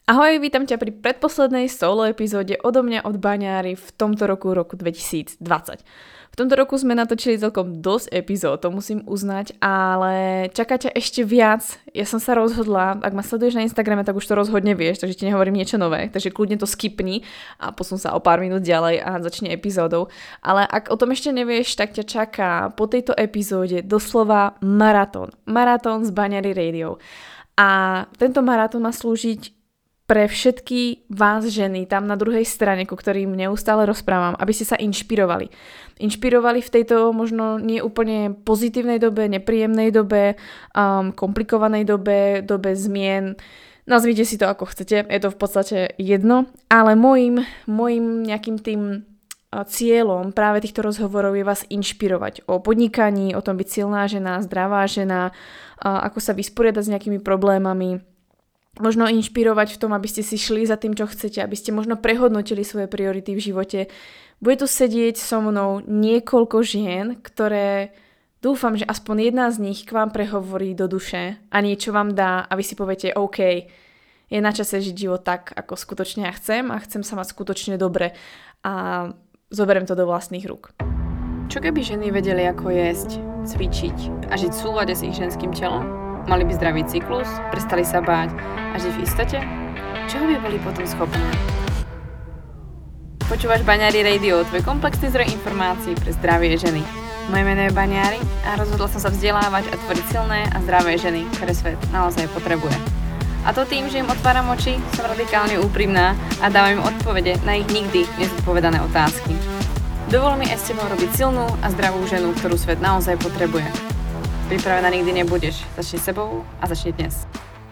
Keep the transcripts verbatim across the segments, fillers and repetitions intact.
Ahoj, vítam ťa pri predposlednej solo epizóde odo mňa od Baňári v tomto roku, roku dvetisícdvadsať. V tomto roku sme natočili celkom dosť epizód, to musím uznať, ale čaká ťa ešte viac. Ja som sa rozhodla, ak ma sleduješ na Instagrame, tak už to rozhodne vieš, takže ti nehovorím niečo nové, takže kľudne to skipni a posun sa o pár minút ďalej a začne epizódou. Ale ak o tom ešte nevieš, tak ťa čaká po tejto epizóde doslova maratón. Maratón z Baňári Radio. A tento maratón má slúžiť pre všetky vás ženy tam na druhej strane, ku ktorým neustále rozprávam, aby ste sa inšpirovali. Inšpirovali v tejto možno nie úplne pozitívnej dobe, nepríjemnej dobe, um, komplikovanej dobe, dobe zmien. Nazvite si to ako chcete, je to v podstate jedno, ale môjim, môjim nejakým tým cieľom práve týchto rozhovorov je vás inšpirovať o podnikaní, o tom byť silná žena, zdravá žena, ako sa vysporiadať s nejakými problémami, možno inšpirovať v tom, aby ste si šli za tým, čo chcete, aby ste možno prehodnotili svoje priority v živote. Bude tu sedieť so mnou niekoľko žien, ktoré dúfam, že aspoň jedna z nich k vám prehovorí do duše a niečo vám dá a vy si poviete, OK, je na čase žiť život tak, ako skutočne ja chcem a chcem sa mať skutočne dobre a zoberiem to do vlastných rúk. Čo keby ženy vedeli, ako jesť, cvičiť a žiť v súlade s ich ženským telom? Mali by zdravý cyklus, prestali sa báť a žiť v istote? Čoho by boli potom schopné? Počúvaš Baňári Radio, tvoj komplexný zdroj informácií pre zdravie ženy. Moje meno je Baňári a rozhodla som sa vzdelávať a tvoriť silné a zdravé ženy, ktoré svet naozaj potrebuje. A to tým, že im otváram oči, som radikálne úprimná a dávam im odpovede na ich nikdy nezodpovedané otázky. Dovol mi aj s tebou robiť silnú a zdravú ženu, ktorú svet naozaj potrebuje. Pripravená nikdy nebudeš. Začni sebou a začni dnes.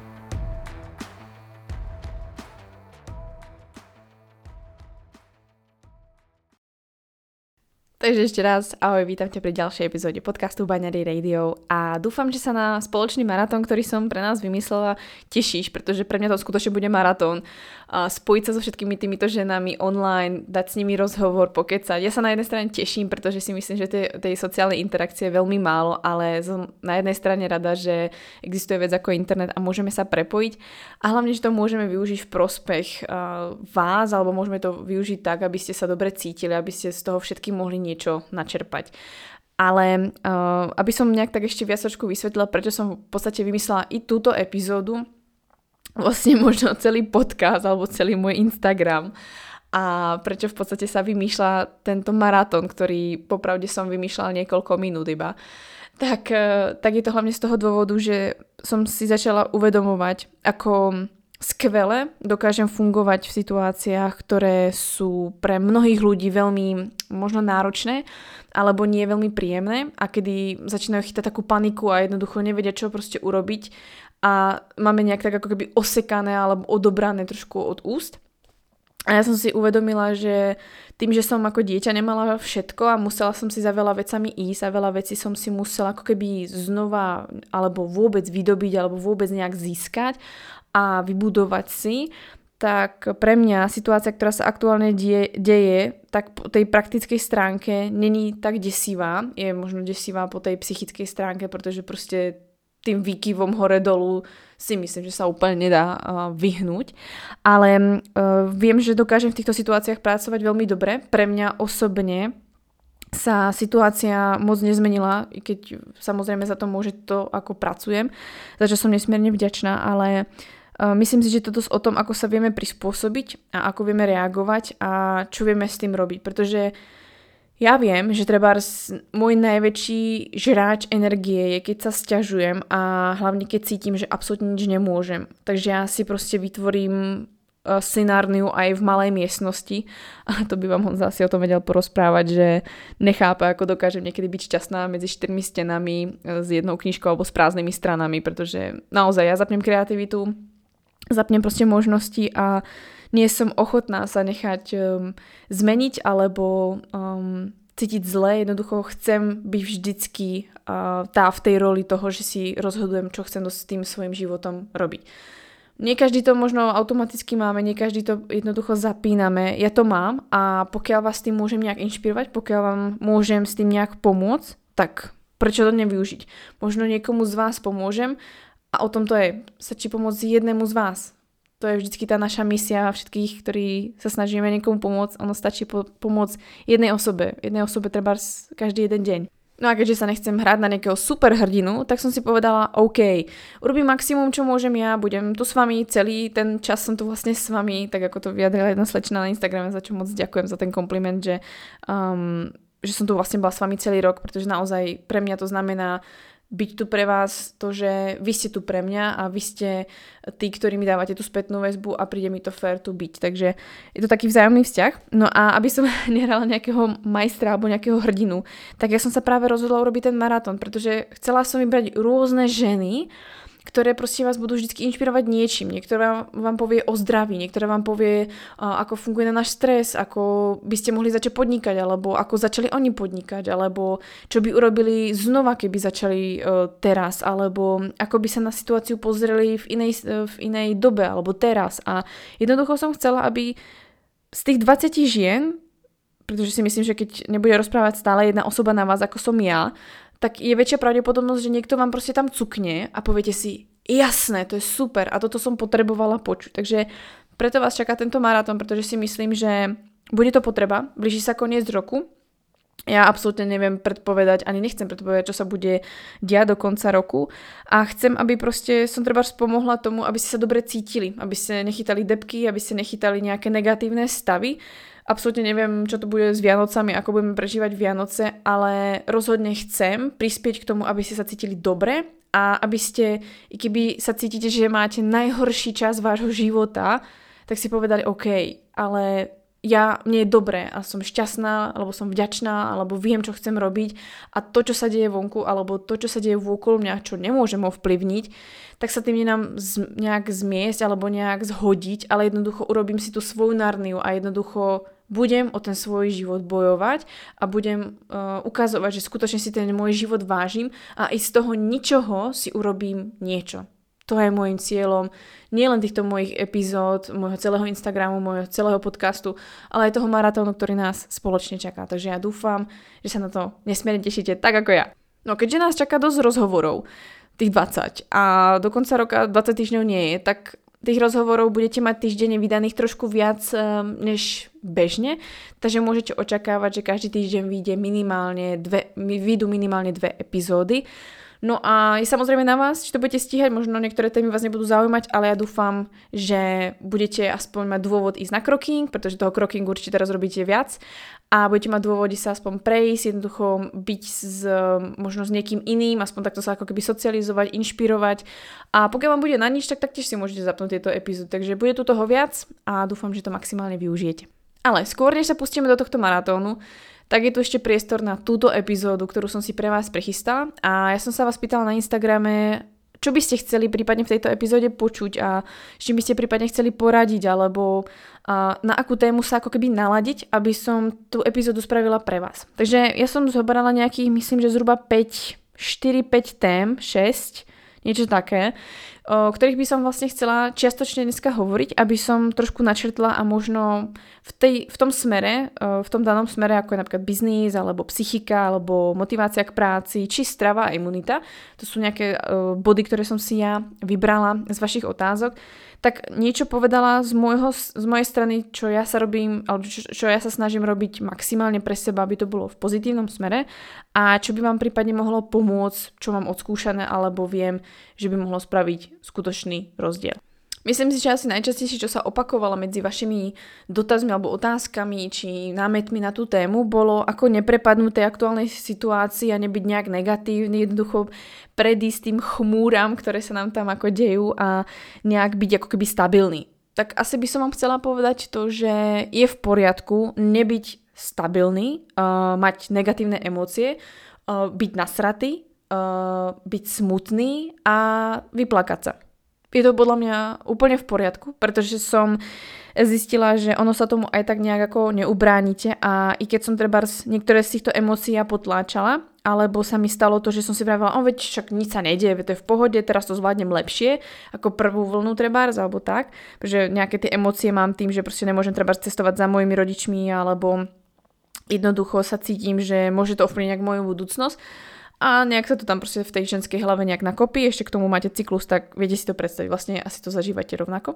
Takže ešte raz, ahoj, vítam ťa pri ďalšej epizóde podcastu Baňári Radio a dúfam, že sa na spoločný maratón, ktorý som pre nás vymyslela, tešíš, pretože pre mňa to skutočne bude maratón. A spojiť sa so všetkými týmito ženami online, dať s nimi rozhovor, pokecať. Ja sa na jednej strane teším, pretože si myslím, že tej, tej sociálnej interakcie je veľmi málo, ale som na jednej strane rada, že existuje vec ako internet a môžeme sa prepojiť a hlavne, že to môžeme využiť v prospech uh, vás, alebo môžeme to využiť tak, aby ste sa dobre cítili, aby ste z toho všetky mohli niečo načerpať. Ale uh, aby som nejak tak ešte viac trošku vysvetlila, prečo som v podstate vymyslela i túto epizódu, vlastne možno celý podcast alebo celý môj Instagram a prečo v podstate sa vymýšľa tento maratón, ktorý popravde som vymýšľala niekoľko minút iba, tak, uh, tak je to hlavne z toho dôvodu, že som si začala uvedomovať, ako skvele dokážem fungovať v situáciách, ktoré sú pre mnohých ľudí veľmi možno náročné alebo nie veľmi príjemné a kedy začínajú chytať takú paniku a jednoducho nevedia, čo proste urobiť a máme nejak tak ako keby osekané alebo odobrané trošku od úst. A ja som si uvedomila, že tým, že som ako dieťa nemala všetko a musela som si za veľa vecami ísť a veľa vecí som si musela ako keby znova alebo vôbec vydobiť alebo vôbec nejak získať a vybudovať si, tak pre mňa situácia, ktorá sa aktuálne die, deje, tak po tej praktickej stránke není tak desivá, je možno desivá po tej psychickej stránke, pretože proste tým výkyvom hore-dolu si myslím, že sa úplne nedá uh, vyhnúť. Ale uh, viem, že dokážem v týchto situáciách pracovať veľmi dobre. Pre mňa osobne sa situácia moc nezmenila, i keď samozrejme za to môže to, ako pracujem, za čo som nesmierne vďačná, ale uh, myslím si, že to dosť o tom, ako sa vieme prispôsobiť a ako vieme reagovať a čo vieme s tým robiť, pretože ja viem, že treba môj najväčší žráč energie je, keď sa sťažujem a hlavne keď cítim, že absolútne nič nemôžem. Takže ja si proste vytvorím scenárniu aj v malej miestnosti a to by vám Honza asi o tom vedel porozprávať, že nechápe, ako dokážem niekedy byť šťastná medzi štyrmi stenami s jednou knižkou alebo s prázdnymi stranami, pretože naozaj ja zapnem kreativitu, zapnem proste možnosti a nie som ochotná sa nechať um, zmeniť alebo um, cítiť zle, jednoducho chcem byť vždycky uh, tá v tej roli toho, že si rozhodujem, čo chcem s tým svojim životom robiť. Nie každý to možno automaticky máme, nie každý to jednoducho zapíname, ja to mám a pokiaľ vás tým môžem nejak inšpirovať, pokiaľ vám môžem s tým nejak pomôcť, tak prečo to nevyužiť? Možno niekomu z vás pomôžem a o tom to je, stačí pomôcť jednému z vás. To je vždycky tá naša misia všetkých, ktorí sa snažíme niekomu pomôcť. Ono stačí po- pomôcť jednej osobe. Jednej osobe treba každý jeden deň. No a keďže sa nechcem hrať na nejakého superhrdinu, tak som si povedala, OK, urobím maximum, čo môžem ja, budem tu s vami, celý ten čas som tu vlastne s vami, tak ako to vyjadrila jedna slečna na Instagrame, za čo moc ďakujem za ten kompliment, že, um, že som tu vlastne bola s vami celý rok, pretože naozaj pre mňa to znamená byť tu pre vás, to, že vy ste tu pre mňa a vy ste tí, ktorí mi dávate tú spätnú väzbu a príde mi to fér tu byť. Takže je to taký vzájomný vzťah. No a aby som nehrala nejakého majstra alebo nejakého hrdinu, tak ja som sa práve rozhodla urobiť ten maratón, pretože chcela som vybrať rôzne ženy, ktoré proste vás budú vždy inšpirovať niečím. Niektoré vám, vám povie o zdraví, niektoré vám povie, uh, ako funguje na náš stres, ako by ste mohli začať podnikať, alebo ako začali oni podnikať, alebo čo by urobili znova, keby začali uh, teraz, alebo ako by sa na situáciu pozreli v inej, uh, v inej dobe, alebo teraz. A jednoducho som chcela, aby z tých dvadsať žien, pretože si myslím, že keď nebude rozprávať stále jedna osoba na vás, ako som ja, tak je väčšia pravdepodobnosť, že niekto vám proste tam cukne a poviete si, jasné, to je super a toto som potrebovala počuť. Takže preto vás čaká tento maratón, pretože si myslím, že bude to potreba, blíži sa koniec roku. Ja absolútne neviem predpovedať, ani nechcem predpovedať, čo sa bude diať do konca roku a chcem, aby proste som treba pomohla tomu, aby ste sa dobre cítili, aby ste nechytali debky, aby ste nechytali nejaké negatívne stavy. Absolútne neviem, čo to bude s Vianocami, ako budeme prežívať Vianoce, ale rozhodne chcem prispieť k tomu, aby ste sa cítili dobre a aby ste, i keby sa cítite, že máte najhorší čas vášho života, tak si povedali, OK, ale ja, mne je dobré a som šťastná, alebo som vďačná, alebo viem, čo chcem robiť a to, čo sa deje vonku, alebo to, čo sa deje vôkol mňa, čo nemôžem ovplyvniť, tak sa tým nenám z, nejak zmiesť alebo nejak zhodiť, ale jednoducho urobím si tú svoju narniu a jednoducho budem o ten svoj život bojovať a budem uh, ukazovať, že skutočne si ten môj život vážim a i z toho ničoho si urobím niečo. To je môjim cieľom, nielen týchto mojich epizód, môjho celého Instagramu, môjho celého podcastu, ale aj toho maratónu, ktorý nás spoločne čaká. Takže ja dúfam, že sa na to nesmierne tešíte tak ako ja. No keďže nás čaká dosť rozhovorov, tých dvadsať a do konca roka dvadsať týždňov nie je, tak tých rozhovorov budete mať týždenne vydaných trošku viac um, než bežne, takže môžete očakávať, že každý týždeň vyjde minimálne dve, vyjdú minimálne dve epizódy. No a je samozrejme na vás, či to budete stíhať, možno niektoré témy vás nebudú zaujímať, ale ja dúfam, že budete aspoň mať dôvod ísť na kroking, pretože toho krokingu určite teraz robíte viac a budete mať dôvod sa aspoň prejsť, jednoducho byť s, možno s niekým iným, aspoň takto sa ako keby socializovať, inšpirovať a pokiaľ vám bude na nič, tak taktiež si môžete zapnúť tieto epizódy, takže bude tu toho viac a dúfam, že to maximálne využijete. Ale skôr, než sa pustíme do tohto maratónu, tak je tu ešte priestor na túto epizódu, ktorú som si pre vás prichystala a ja som sa vás pýtala na Instagrame, čo by ste chceli prípadne v tejto epizóde počuť a s čím by ste prípadne chceli poradiť alebo a, na akú tému sa ako keby naladiť, aby som tú epizódu spravila pre vás. Takže ja som zobrala nejakých, myslím, že zhruba päť, štyri päť tém, šesť, niečo také, o ktorých by som vlastne chcela čiastočne dneska hovoriť, aby som trošku načrtla a možno v, tej, v tom smere, v tom danom smere, ako je napríklad biznis, alebo psychika, alebo motivácia k práci, či strava a imunita, to sú nejaké body, ktoré som si ja vybrala z vašich otázok, tak niečo povedala z, môjho, z mojej strany, čo ja sa robím, alebo čo, čo ja sa snažím robiť maximálne pre seba, aby to bolo v pozitívnom smere a čo by vám prípadne mohlo pomôcť, čo mám odskúšané, alebo viem, že by mohlo spraviť skutočný rozdiel. Myslím si, že asi najčastejšie, čo sa opakovalo medzi vašimi dotazmi alebo otázkami či námetmi na tú tému, bolo ako neprepadnúť tej aktuálnej situácii a nebyť nejak negatívny, jednoducho predísť tým chmúram, ktoré sa nám tam ako dejú a nejak byť ako keby stabilný. Tak asi by som vám chcela povedať to, že je v poriadku nebyť stabilný, uh, mať negatívne emócie, uh, byť nasratý, uh, byť smutný a vyplakať sa. Je to podľa mňa úplne v poriadku, pretože som zistila, že ono sa tomu aj tak nejak ako neubránite a i keď som treba niektoré z týchto emócií ja potláčala, alebo sa mi stalo to, že som si vravila, o veď však nič sa nedieje, to je v pohode, teraz to zvládnem lepšie ako prvú vlnu trebárs alebo tak, pretože nejaké tie emócie mám tým, že proste nemôžem trebárs cestovať za mojimi rodičmi alebo jednoducho sa cítim, že môže to ovplyvniť nejak moju budúcnosť. a nejak sa to tam proste v tej ženskej hlave nejak nakopí, ešte k tomu máte cyklus, tak viete si to predstaviť, vlastne asi to zažívate rovnako.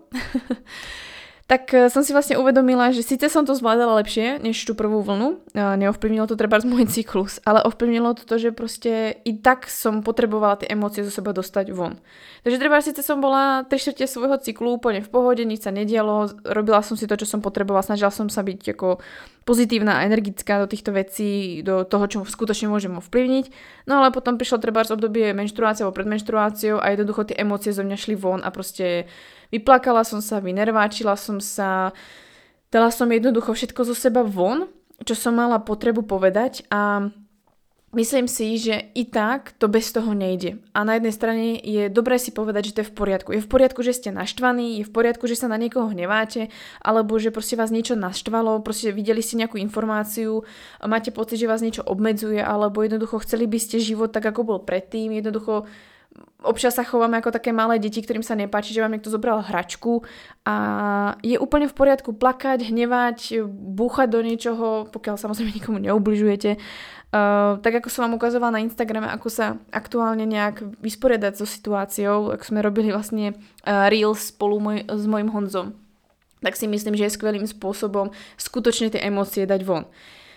Tak som si vlastne uvedomila, že síce som to zvládala lepšie než tú prvú vlnu, neovplyvnilo to treba z môj cyklus, ale ovplyvnilo to to, že proste i tak som potrebovala tie emócie zo seba dostať von. Takže treba síce som bola tri štvrte svojho cyklu úplne v pohode, nič sa nedialo, robila som si to, čo som potrebovala, snažila som sa byť ako pozitívna a energická do týchto vecí, do toho, čo skutočne môžem ovplyvniť. No ale potom prišlo treba z obdobie menštruácie alebo pred menštruáciou a jednoducho tie emócie zo mňa šli von a proste vyplakala som sa, vynerváčila som sa, dala som jednoducho všetko zo seba von, čo som mala potrebu povedať a myslím si, že i tak to bez toho nejde. A na jednej strane je dobré si povedať, že to je v poriadku. Je v poriadku, že ste naštvaní, je v poriadku, že sa na niekoho hneváte, alebo že proste vás niečo naštvalo, proste videli ste nejakú informáciu, máte pocit, že vás niečo obmedzuje, alebo jednoducho chceli by ste život tak, ako bol predtým, jednoducho občas sa chováme ako také malé deti, ktorým sa nepáči, že vám niekto zobral hračku a je úplne v poriadku plakať, hnevať, búchať do niečoho, pokiaľ samozrejme nikomu neubližujete. Uh, tak ako som vám ukazovala na Instagrame, ako sa aktuálne nejak vysporiadať so situáciou, ako sme robili vlastne uh, Reels spolu moj, s mojim Honzom, tak si myslím, že je skvelým spôsobom skutočne tie emócie dať von.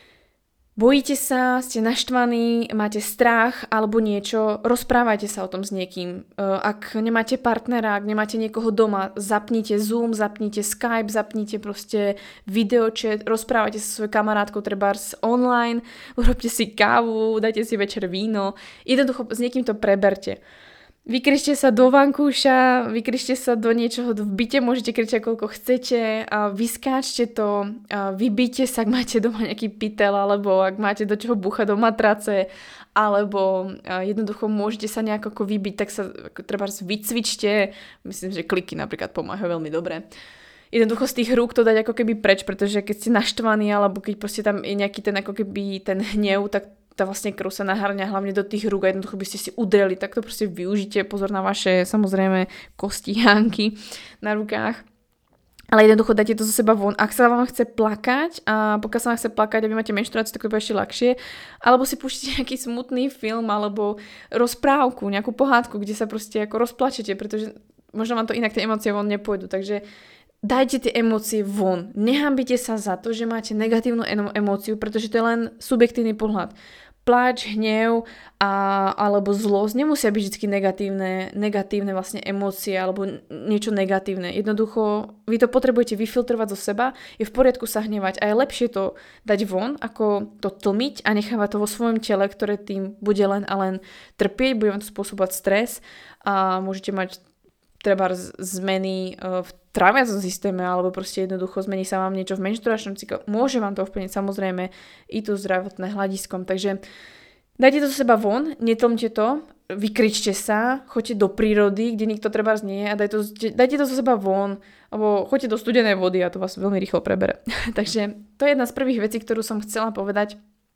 Bojíte sa, ste naštvaní, máte strach alebo niečo, rozprávajte sa o tom s niekým. Ak nemáte partnera, ak nemáte niekoho doma, zapnite Zoom, zapnite Skype, zapnite proste videočet, rozprávajte sa so svojou kamarátkou trebárs online, urobte si kávu, dajte si večer víno, jednoducho s niekým to preberte. Vykričte sa do vankúša, vykričte sa do niečoho v byte, môžete kričať koľko chcete, a vyskáčte to, a vybíte sa, ak máte doma nejaký pytel, alebo ak máte do čoho búchať do matrace, alebo jednoducho môžete sa nejako ako vybiť, tak sa treba vycvičte, myslím, že kliky napríklad pomáhajú veľmi dobre. Jednoducho z tých rúk to dať ako keby preč, pretože keď ste naštvaní, alebo keď proste tam je nejaký ten ako keby ten hnev, tak tá vlastne krv sa nahrňa hlavne do tých rúk a jednoducho by ste si udreli, tak to proste využite, pozor na vaše samozrejme kostihánky na rukách. Ale jednoducho dajte to zo seba von. Ak sa vám chce plakať a pokiaľ sa vám chce plakať a vy máte menštruáciu, tak to bude ešte ľahšie. Alebo si púšťate nejaký smutný film alebo rozprávku, nejakú pohádku, kde sa proste ako rozplačete, pretože možno vám to inak tie emócie von nepôjdu. Takže dajte tie emócie von. Nehambite sa za to, že máte negatívnu emóciu, pretože to je len subjektívny pohľad. Pláč, hnev a, alebo zlosť nemusia byť vždy negatívne, negatívne vlastne emócie alebo niečo negatívne. Jednoducho, vy to potrebujete vyfiltrovať zo seba, je v poriadku sa hnevať a je lepšie to dať von, ako to tlmiť a nechávať to vo svojom tele, ktoré tým bude len a len trpieť, bude vám to spôsobovať stres a môžete mať treba zmeny v tráviacom systéme alebo proste jednoducho zmení sa vám niečo v menštruačnom cykle. Môže vám to ovplyvniť samozrejme i tu zdravotné hľadiskom. Takže dajte to zo seba von, netlmte to, vykričte sa, choďte do prírody, kde nikto treba nie je a dajte to, dajte to zo seba von, alebo choďte do studenej vody a to vás veľmi rýchlo prebere. Takže to je jedna z prvých vecí, ktorú som chcela povedať,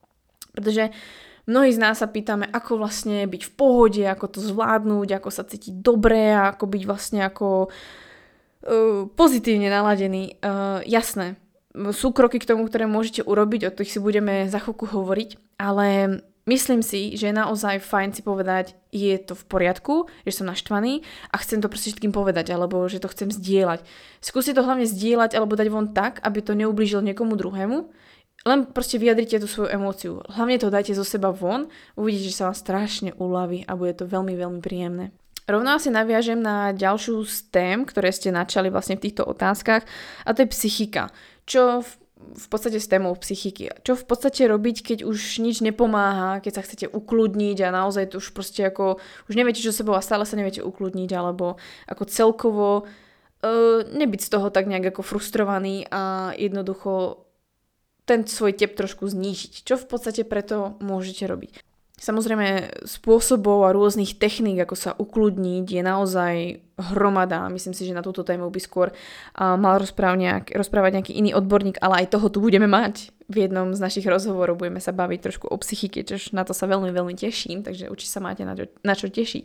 pretože mnohí z nás sa pýtame, ako vlastne byť v pohode, ako to zvládnuť, ako sa cítiť dobre, ako byť vlastne ako uh, pozitívne naladený. Uh, jasné, sú kroky k tomu, ktoré môžete urobiť, o tých si budeme za chvíľku hovoriť, ale myslím si, že je naozaj fajn si povedať, je to v poriadku, že som naštvaný a chcem to proste všetkým povedať, alebo že to chcem zdieľať. Skúste to hlavne zdieľať alebo dať von tak, aby to neublížilo niekomu druhému. Len proste vyjadrite tú svoju emóciu. Hlavne to dajte zo seba von, uvidíte, že sa vám strašne uľaví a bude to veľmi, veľmi príjemné. Rovno asi naviažem na ďalšiu z tém, ktoré ste načali vlastne v týchto otázkach, a to je psychika. Čo v, v podstate s témou psychiky. Čo v podstate robiť, keď už nič nepomáha, keď sa chcete ukludniť a naozaj to už proste ako, už neviete, čo sebou a stále sa neviete ukludniť, alebo ako celkovo uh, nebyť z toho tak nejak ako frustrovaný a jednoducho ten svoj tep trošku znížiť. Čo v podstate preto môžete robiť? Samozrejme, spôsobov a rôznych techník, ako sa ukludniť, je naozaj hromada. Myslím si, že na túto tému by skôr uh, mal rozprávať, nejak, rozprávať nejaký iný odborník, ale aj toho tu budeme mať. V jednom z našich rozhovorov budeme sa baviť trošku o psychike, čož na to sa veľmi, veľmi teším, takže určite sa máte na čo, na čo tešiť.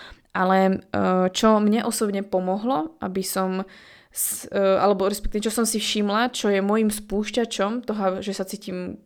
Ale uh, čo mne osobne pomohlo, aby som S, alebo respektíve, čo som si všimla, čo je môjim spúšťačom toho, že sa cítim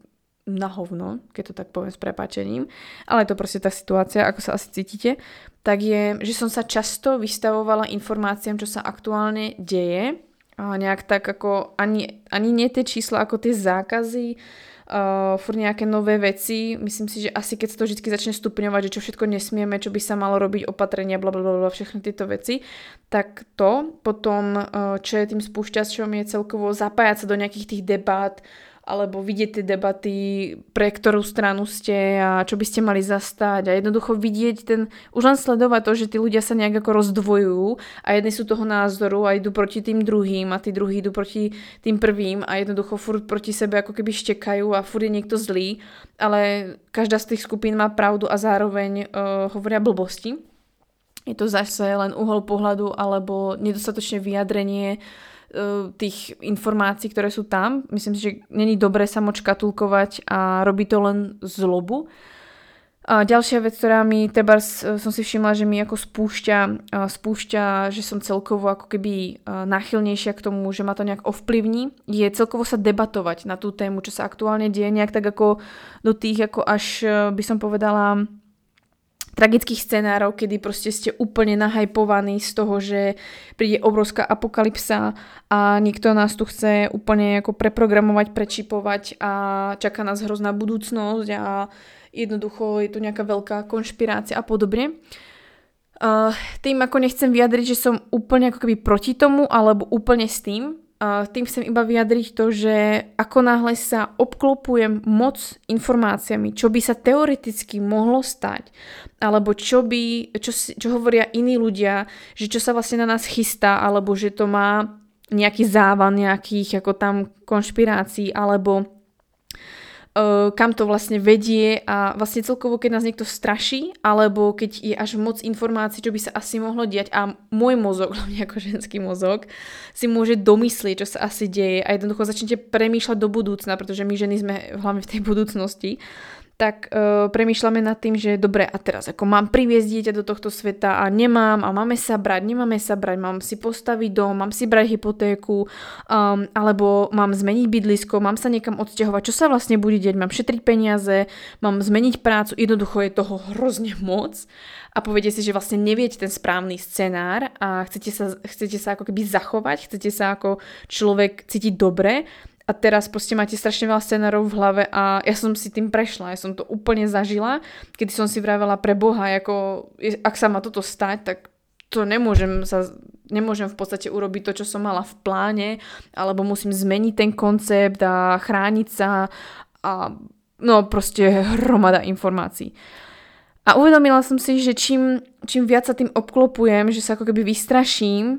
na hovno, keď to tak poviem s prepáčením, ale je to proste tá situácia, ako sa asi cítite, tak je, že som sa často vystavovala informáciám, čo sa aktuálne deje, a nejak tak ako ani, ani nie tie čísla, ako tie zákazy, uh, furt nejaké nové veci. Myslím si, že asi keď sa to vždy začne stupňovať, že čo všetko nesmieme, čo by sa malo robiť, opatrenia, blablabla, všechny tieto veci, tak to potom, uh, čo je tým spúšťačom, je celkovo zapájať sa do nejakých tých debát, alebo vidieť tie debaty, pre ktorú stranu ste a čo by ste mali zastať a jednoducho vidieť ten, už len sledovať to, že tí ľudia sa nejak ako rozdvojujú a jedni sú toho názoru a idú proti tým druhým a tí druhí idú proti tým prvým a jednoducho furt proti sebe ako keby štekajú a furt je niekto zlý, ale každá z tých skupín má pravdu a zároveň uh, hovoria blbosti. Je to zase len uhol pohľadu alebo nedostatočné vyjadrenie tých informácií, ktoré sú tam. Myslím si, že není dobré sa moc škatulkovať a robí to len zlobu. A ďalšia vec, ktorá mi, tebars som si všimla, že mi ako spúšťa, spúšťa, že som celkovo ako keby náchylnejšia k tomu, že ma to nejak ovplyvní, je celkovo sa debatovať na tú tému, čo sa aktuálne deje, nejak tak ako do tých, ako až by som povedala, tragických scenárov, kedy proste ste úplne nahajpovaní z toho, že príde obrovská apokalypsa a niekto nás tu chce úplne ako preprogramovať, prečipovať a čaká nás hrozná budúcnosť a jednoducho je tu nejaká veľká konšpirácia a podobne. Uh, tým ako nechcem vyjadriť, že som úplne ako keby proti tomu alebo úplne s tým. Uh, tým chcem iba vyjadriť to, že ako náhle sa obklopujem moc informáciami, čo by sa teoreticky mohlo stať, alebo čo by, čo, čo hovoria iní ľudia, že čo sa vlastne na nás chystá, alebo že to má nejaký závan nejakých ako tam konšpirácií, alebo uh, kam to vlastne vedie a vlastne celkovo, keď nás niekto straší, alebo keď je až moc informácií, čo by sa asi mohlo diať a môj mozog, hlavne ako ženský mozog, si môže domyslieť, čo sa asi deje a jednoducho začnete premýšľať do budúcna, pretože my ženy sme hlavne v tej budúcnosti, tak uh, premýšľame nad tým, že dobre, a teraz ako mám priviesť dieťa do tohto sveta a nemám a máme sa brať, nemáme sa brať, mám si postaviť dom, mám si brať hypotéku, um, alebo mám zmeniť bydlisko, mám sa niekam odsťahovať, čo sa vlastne bude deť, mám šetriť peniaze, mám zmeniť prácu, jednoducho je toho hrozne moc a poviete si, že vlastne neviete ten správny scenár a chcete sa, chcete sa ako keby zachovať, chcete sa ako človek cítiť dobre. A teraz proste máte strašne veľa scenárov v hlave a ja som si tým prešla, ja som to úplne zažila, kedy som si vravela pre Boha, ako, ak sa má toto stať, tak to nemôžem, sa, nemôžem v podstate urobiť to, čo som mala v pláne, alebo musím zmeniť ten koncept a chrániť sa a no proste hromada informácií. A uvedomila som si, že čím, čím viac sa tým obklopujem, že sa ako keby vystraším,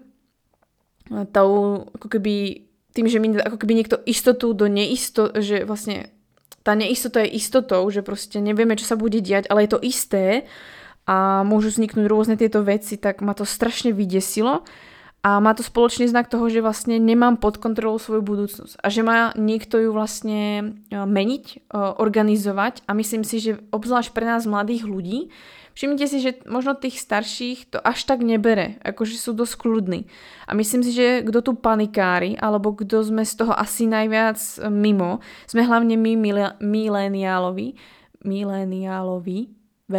tou ako keby tým, že mi ako keby niekto istotu do neistoty, že vlastne tá neistota je istotou, že proste nevieme, čo sa bude diať, ale je to isté a môžu vzniknúť rôzne tieto veci, tak ma to strašne vydesilo a má to spoločný znak toho, že vlastne nemám pod kontrolou svoju budúcnosť a že má niekto ju vlastne meniť, organizovať a myslím si, že obzvlášť pre nás mladých ľudí, všimnite si, že možno tých starších to až tak nebere, akože sú dosť kľudní. A myslím si, že kto tu panikári, alebo kto sme z toho asi najviac mimo, sme hlavne my mileniálovi, mileniálovi, V.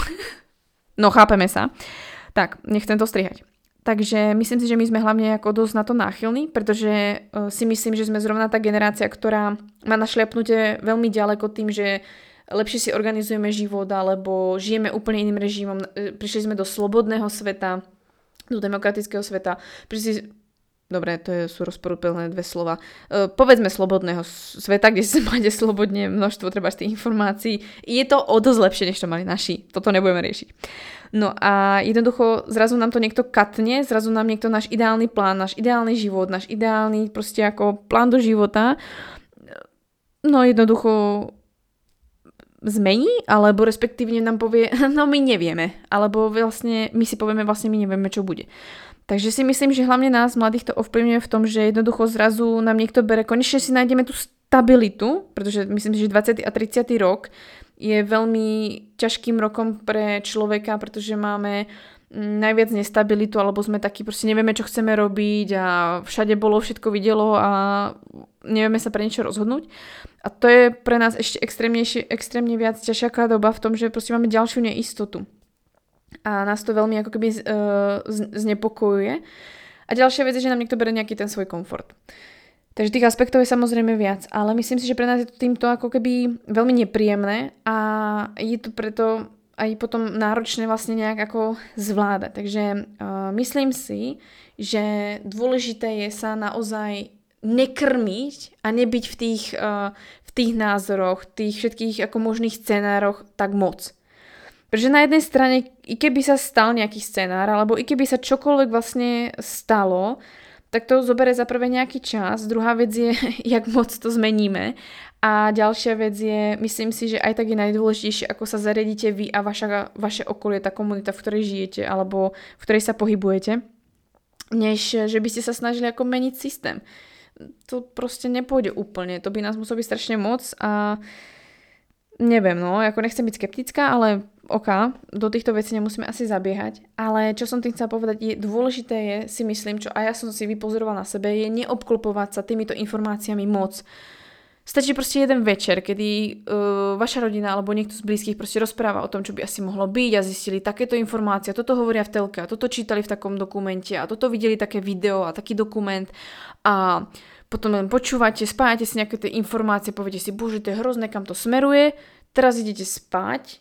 No chápeme sa. Tak, nechcem to strihať. Takže myslím si, že my sme hlavne ako dosť na to náchylní, pretože si myslím, že sme zrovna tá generácia, ktorá má našliapnutie veľmi ďaleko tým, že lepšie si organizujeme život alebo žijeme úplne iným režimom. Prišli sme do slobodného sveta, do demokratického sveta. Prišli... Dobre, to je, sú rozporúplné dve slova. Uh, povedzme slobodného sveta, kde si máte slobodne množstvo treba z tých informácií. Je to o dosť lepšie, než to mali naši. Toto nebudeme riešiť. No a jednoducho zrazu nám to niekto katne, zrazu nám niekto náš ideálny plán, náš ideálny život, náš ideálny proste ako plán do života. No jednoducho zmení, alebo respektívne nám povie, no my nevieme, alebo vlastne my si povieme, vlastne my nevieme, čo bude. Takže si myslím, že hlavne nás, mladých, to ovplyvňuje v tom, že jednoducho zrazu nám niekto bere, konečne si nájdeme tú stabilitu, pretože myslím si, že dvadsiaty a tridsiaty rok je veľmi ťažkým rokom pre človeka, pretože máme najviac nestabilitu, alebo sme takí, proste nevieme, čo chceme robiť a všade bolo, všetko videlo a nevieme sa pre niečo rozhodnúť. A to je pre nás ešte extrémne viac ťažká doba v tom, že proste máme ďalšiu neistotu. A nás to veľmi ako keby uh, znepokojuje. A ďalšia vec je, že nám niekto bere nejaký ten svoj komfort. Takže tých aspektov je samozrejme viac, ale myslím si, že pre nás je to týmto ako keby veľmi nepríjemné a je to preto aj potom náročné vlastne nejak ako zvládať. Takže uh, myslím si, že dôležité je sa naozaj nekrmiť a nebyť v tých, uh, v tých názoroch, tých všetkých ako možných scenároch tak moc. Pretože na jednej strane, i keby sa stal nejaký scenár, alebo i keby sa čokoľvek vlastne stalo, tak to zoberie za prvé nejaký čas. Druhá vec je, jak moc to zmeníme. A ďalšia vec je, myslím si, že aj tak je najdôležitejšie, ako sa zariadíte vy a vaša, vaše okolie, tá komunita, v ktorej žijete, alebo v ktorej sa pohybujete, než že by ste sa snažili ako meniť systém. To proste nepôjde úplne. To by nás muselo byť strašne moc a neviem, no, ako nechcem byť skeptická, ale ok, do týchto vecí nemusíme asi zabiehať, ale čo som tým chcela povedať, je dôležité je, si myslím, čo aj ja som si vypozorovala na sebe, je neobklopovať sa týmito informáciami moc. Stačí proste jeden večer, kedy uh, vaša rodina alebo niekto z blízkych proste rozpráva o tom, čo by asi mohlo byť a zistili takéto informácie, toto hovoria v telke a toto čítali v takom dokumente a toto videli také video a taký dokument a potom len počúvate, spájate si nejaké tie informácie, poviete si, bože, to je hrozné, kam to smeruje, teraz idete spať,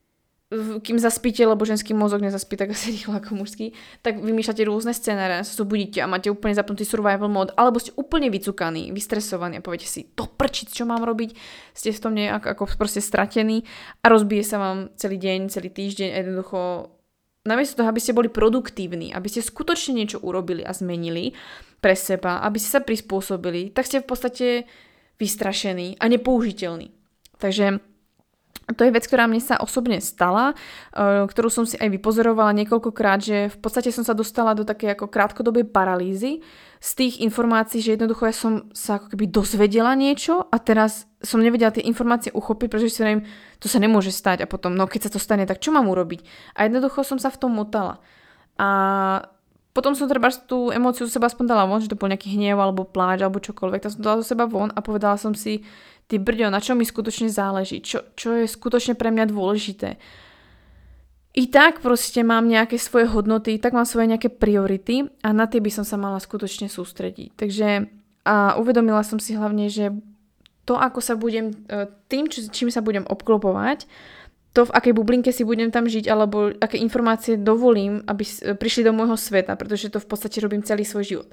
kým zaspíte, lebo ženský mozog nezaspí tak asi rýchlo ako mužský, tak vymýšľate rôzne scenáre, sa zobudíte a máte úplne zapnutý survival mode, alebo ste úplne vycukaní, vystresovaní a poviete si, to prčiť, čo mám robiť, ste v tom nejak ako proste stratení a rozbije sa vám celý deň, celý týždeň, jednoducho namiesto toho, aby ste boli produktívni, aby ste skutočne niečo urobili a zmenili pre seba, aby ste sa prispôsobili, tak ste v podstate vystrašení a nepoužiteľní. Takže to je vec, ktorá mne sa osobne stala, ktorú som si aj vypozorovala niekoľkokrát, že v podstate som sa dostala do takej ako krátkodobej paralýzy z tých informácií, že jednoducho ja som sa ako keby dozvedela niečo a teraz som nevedela tie informácie uchopiť, pretože si neviem, to sa nemôže stať a potom, no keď sa to stane, tak čo mám urobiť? A jednoducho som sa v tom motala. A potom som treba tú emóciu z seba aspoň dala von, že to bol nejaký hnev alebo pláč alebo čokoľvek, tak som dala zo seba von a povedala som si, ty brďo, na čo mi skutočne záleží, čo, čo je skutočne pre mňa dôležité. I tak proste mám nejaké svoje hodnoty, tak mám svoje nejaké priority a na tie by som sa mala skutočne sústrediť. Takže a uvedomila som si hlavne, že to, ako sa budem, tým, čím sa budem obklopovať, to, v akej bublinke si budem tam žiť, alebo aké informácie dovolím, aby prišli do môjho sveta, pretože to v podstate robím celý svoj život.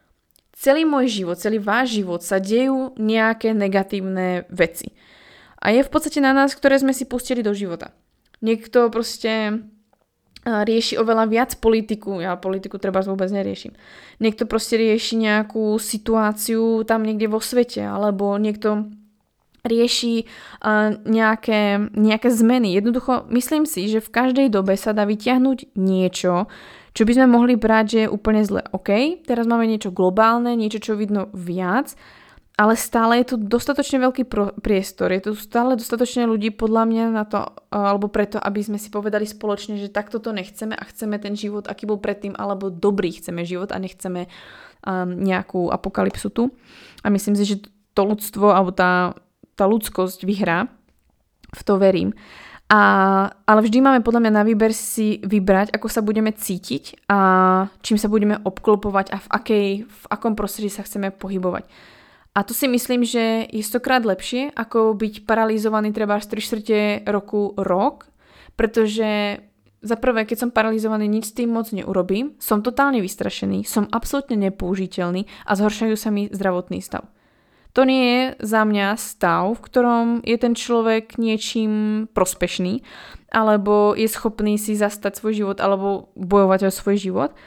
Celý môj život, celý váš život sa dejú nejaké negatívne veci. A je v podstate na nás, ktoré sme si pustili do života. Niekto proste rieši oveľa viac politiku, ja politiku treba vôbec neriešim. Niekto proste rieši nejakú situáciu tam niekde vo svete, alebo niekto rieši uh, nejaké, nejaké zmeny. Jednoducho myslím si, že v každej dobe sa dá vyťahnuť niečo, čo by sme mohli brať, že je úplne zle. OK, teraz máme niečo globálne, niečo, čo vidno viac, ale stále je tu dostatočne veľký pro- priestor. Je tu stále dostatočne ľudí podľa mňa na to, alebo preto, aby sme si povedali spoločne, že takto to nechceme a chceme ten život, aký bol predtým, alebo dobrý chceme život a nechceme um, nejakú apokalypsu tu. A myslím si, že to ľudstvo, alebo tá, tá ľudskosť vyhrá. V to verím. A, ale vždy máme podľa mňa na výber si vybrať, ako sa budeme cítiť a čím sa budeme obklopovať a v, akej, v akom prostredí sa chceme pohybovať. A to si myslím, že je stokrát lepšie, ako byť paralizovaný treba až tri štvrte roku, rok, pretože za prvé, keď som paralizovaný, nič s tým moc neurobím, som totálne vystrašený, som absolútne nepoužiteľný a zhoršajú sa mi zdravotný stav. To nie je za mňa stav, v ktorom je ten človek niečím prospešný, alebo je schopný si zastať svoj život, alebo bojovať o svoj život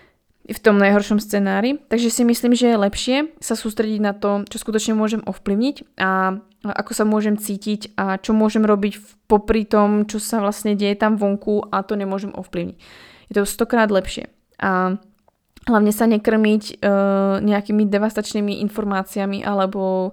v tom najhoršom scenári. Takže si myslím, že je lepšie sa sústrediť na to, čo skutočne môžem ovplyvniť a ako sa môžem cítiť a čo môžem robiť popri tom, čo sa vlastne deje tam vonku a to nemôžem ovplyvniť. Je to stokrát lepšie. A hlavne sa nekrmiť uh, nejakými devastačnými informáciami alebo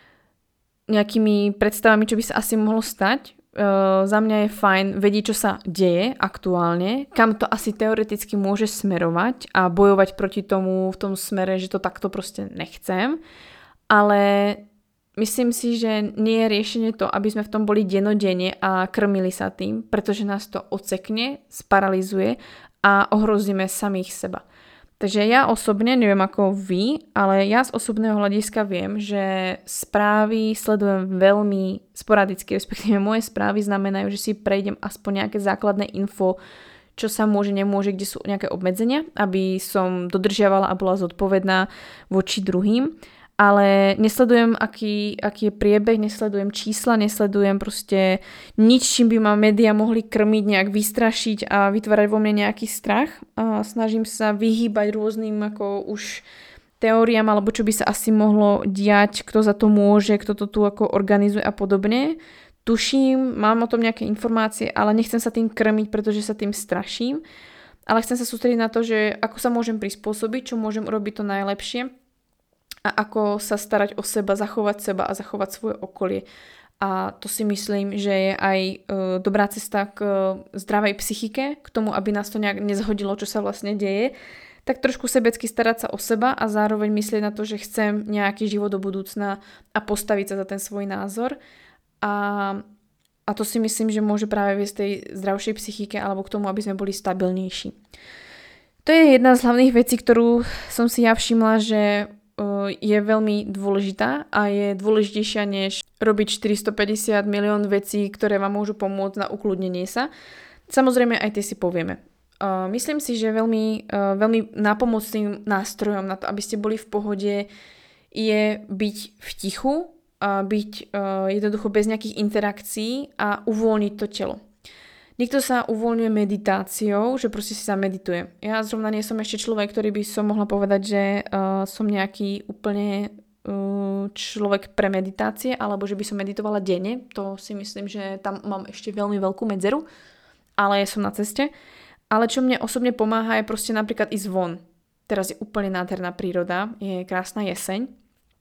nejakými predstavami, čo by sa asi mohlo stať. Uh, za mňa je fajn vedieť, čo sa deje aktuálne, kam to asi teoreticky môže smerovať a bojovať proti tomu v tom smere, že to takto proste nechcem. ale myslím si, že nie je riešenie to, aby sme v tom boli denodenne a krmili sa tým, pretože nás to odsekne, sparalizuje a ohrozíme samých seba. Takže ja osobne, neviem ako vy, ale ja z osobného hľadiska viem, že správy sledujem veľmi sporadicky, respektíve moje správy znamenajú, že si prejdem aspoň nejaké základné info, čo sa môže, nemôže, kde sú nejaké obmedzenia, aby som dodržiavala a bola zodpovedná voči druhým. Ale nesledujem, aký, aký je priebeh, nesledujem čísla, nesledujem proste nič, čím by ma médiá mohli krmiť, nejak vystrašiť a vytvárať vo mne nejaký strach. A snažím sa vyhýbať rôznym ako už teóriám, alebo čo by sa asi mohlo diať, kto za to môže, kto to tu ako organizuje a podobne. Tuším, mám o tom nejaké informácie, ale nechcem sa tým krmiť, pretože sa tým straším. Ale chcem sa sústrediť na to, že ako sa môžem prispôsobiť, čo môžem urobiť to najlepšie a ako sa starať o seba, zachovať seba a zachovať svoje okolie. A to si myslím, že je aj e, dobrá cesta k e, zdravej psychike, k tomu, aby nás to nejak nezhodilo, čo sa vlastne deje. Tak trošku sebecky starať sa o seba a zároveň myslieť na to, že chcem nejaký život do budúcna a postaviť sa za ten svoj názor. A, a to si myslím, že môže práve viesť tej zdravšej psychike alebo k tomu, aby sme boli stabilnejší. To je jedna z hlavných vecí, ktorú som si ja všimla, že je veľmi dôležitá a je dôležitejšia než robiť štyristopäťdesiat milión vecí, ktoré vám môžu pomôcť na ukludnenie sa. Samozrejme aj tie si povieme. Myslím si, že veľmi, veľmi nápomocným nástrojom na to, aby ste boli v pohode, je byť v tichu, a byť jednoducho bez nejakých interakcií a uvoľniť to telo. Niekto sa uvoľňuje meditáciou, že proste si sa medituje. Ja zrovna nie som ešte človek, ktorý by som mohla povedať, že uh, som nejaký úplne uh, človek pre meditácie, alebo že by som meditovala denne. To si myslím, že tam mám ešte veľmi veľkú medzeru, ale som na ceste. Ale čo mne osobne pomáha je proste napríklad ísť von. Teraz je úplne nádherná príroda, je krásna jeseň.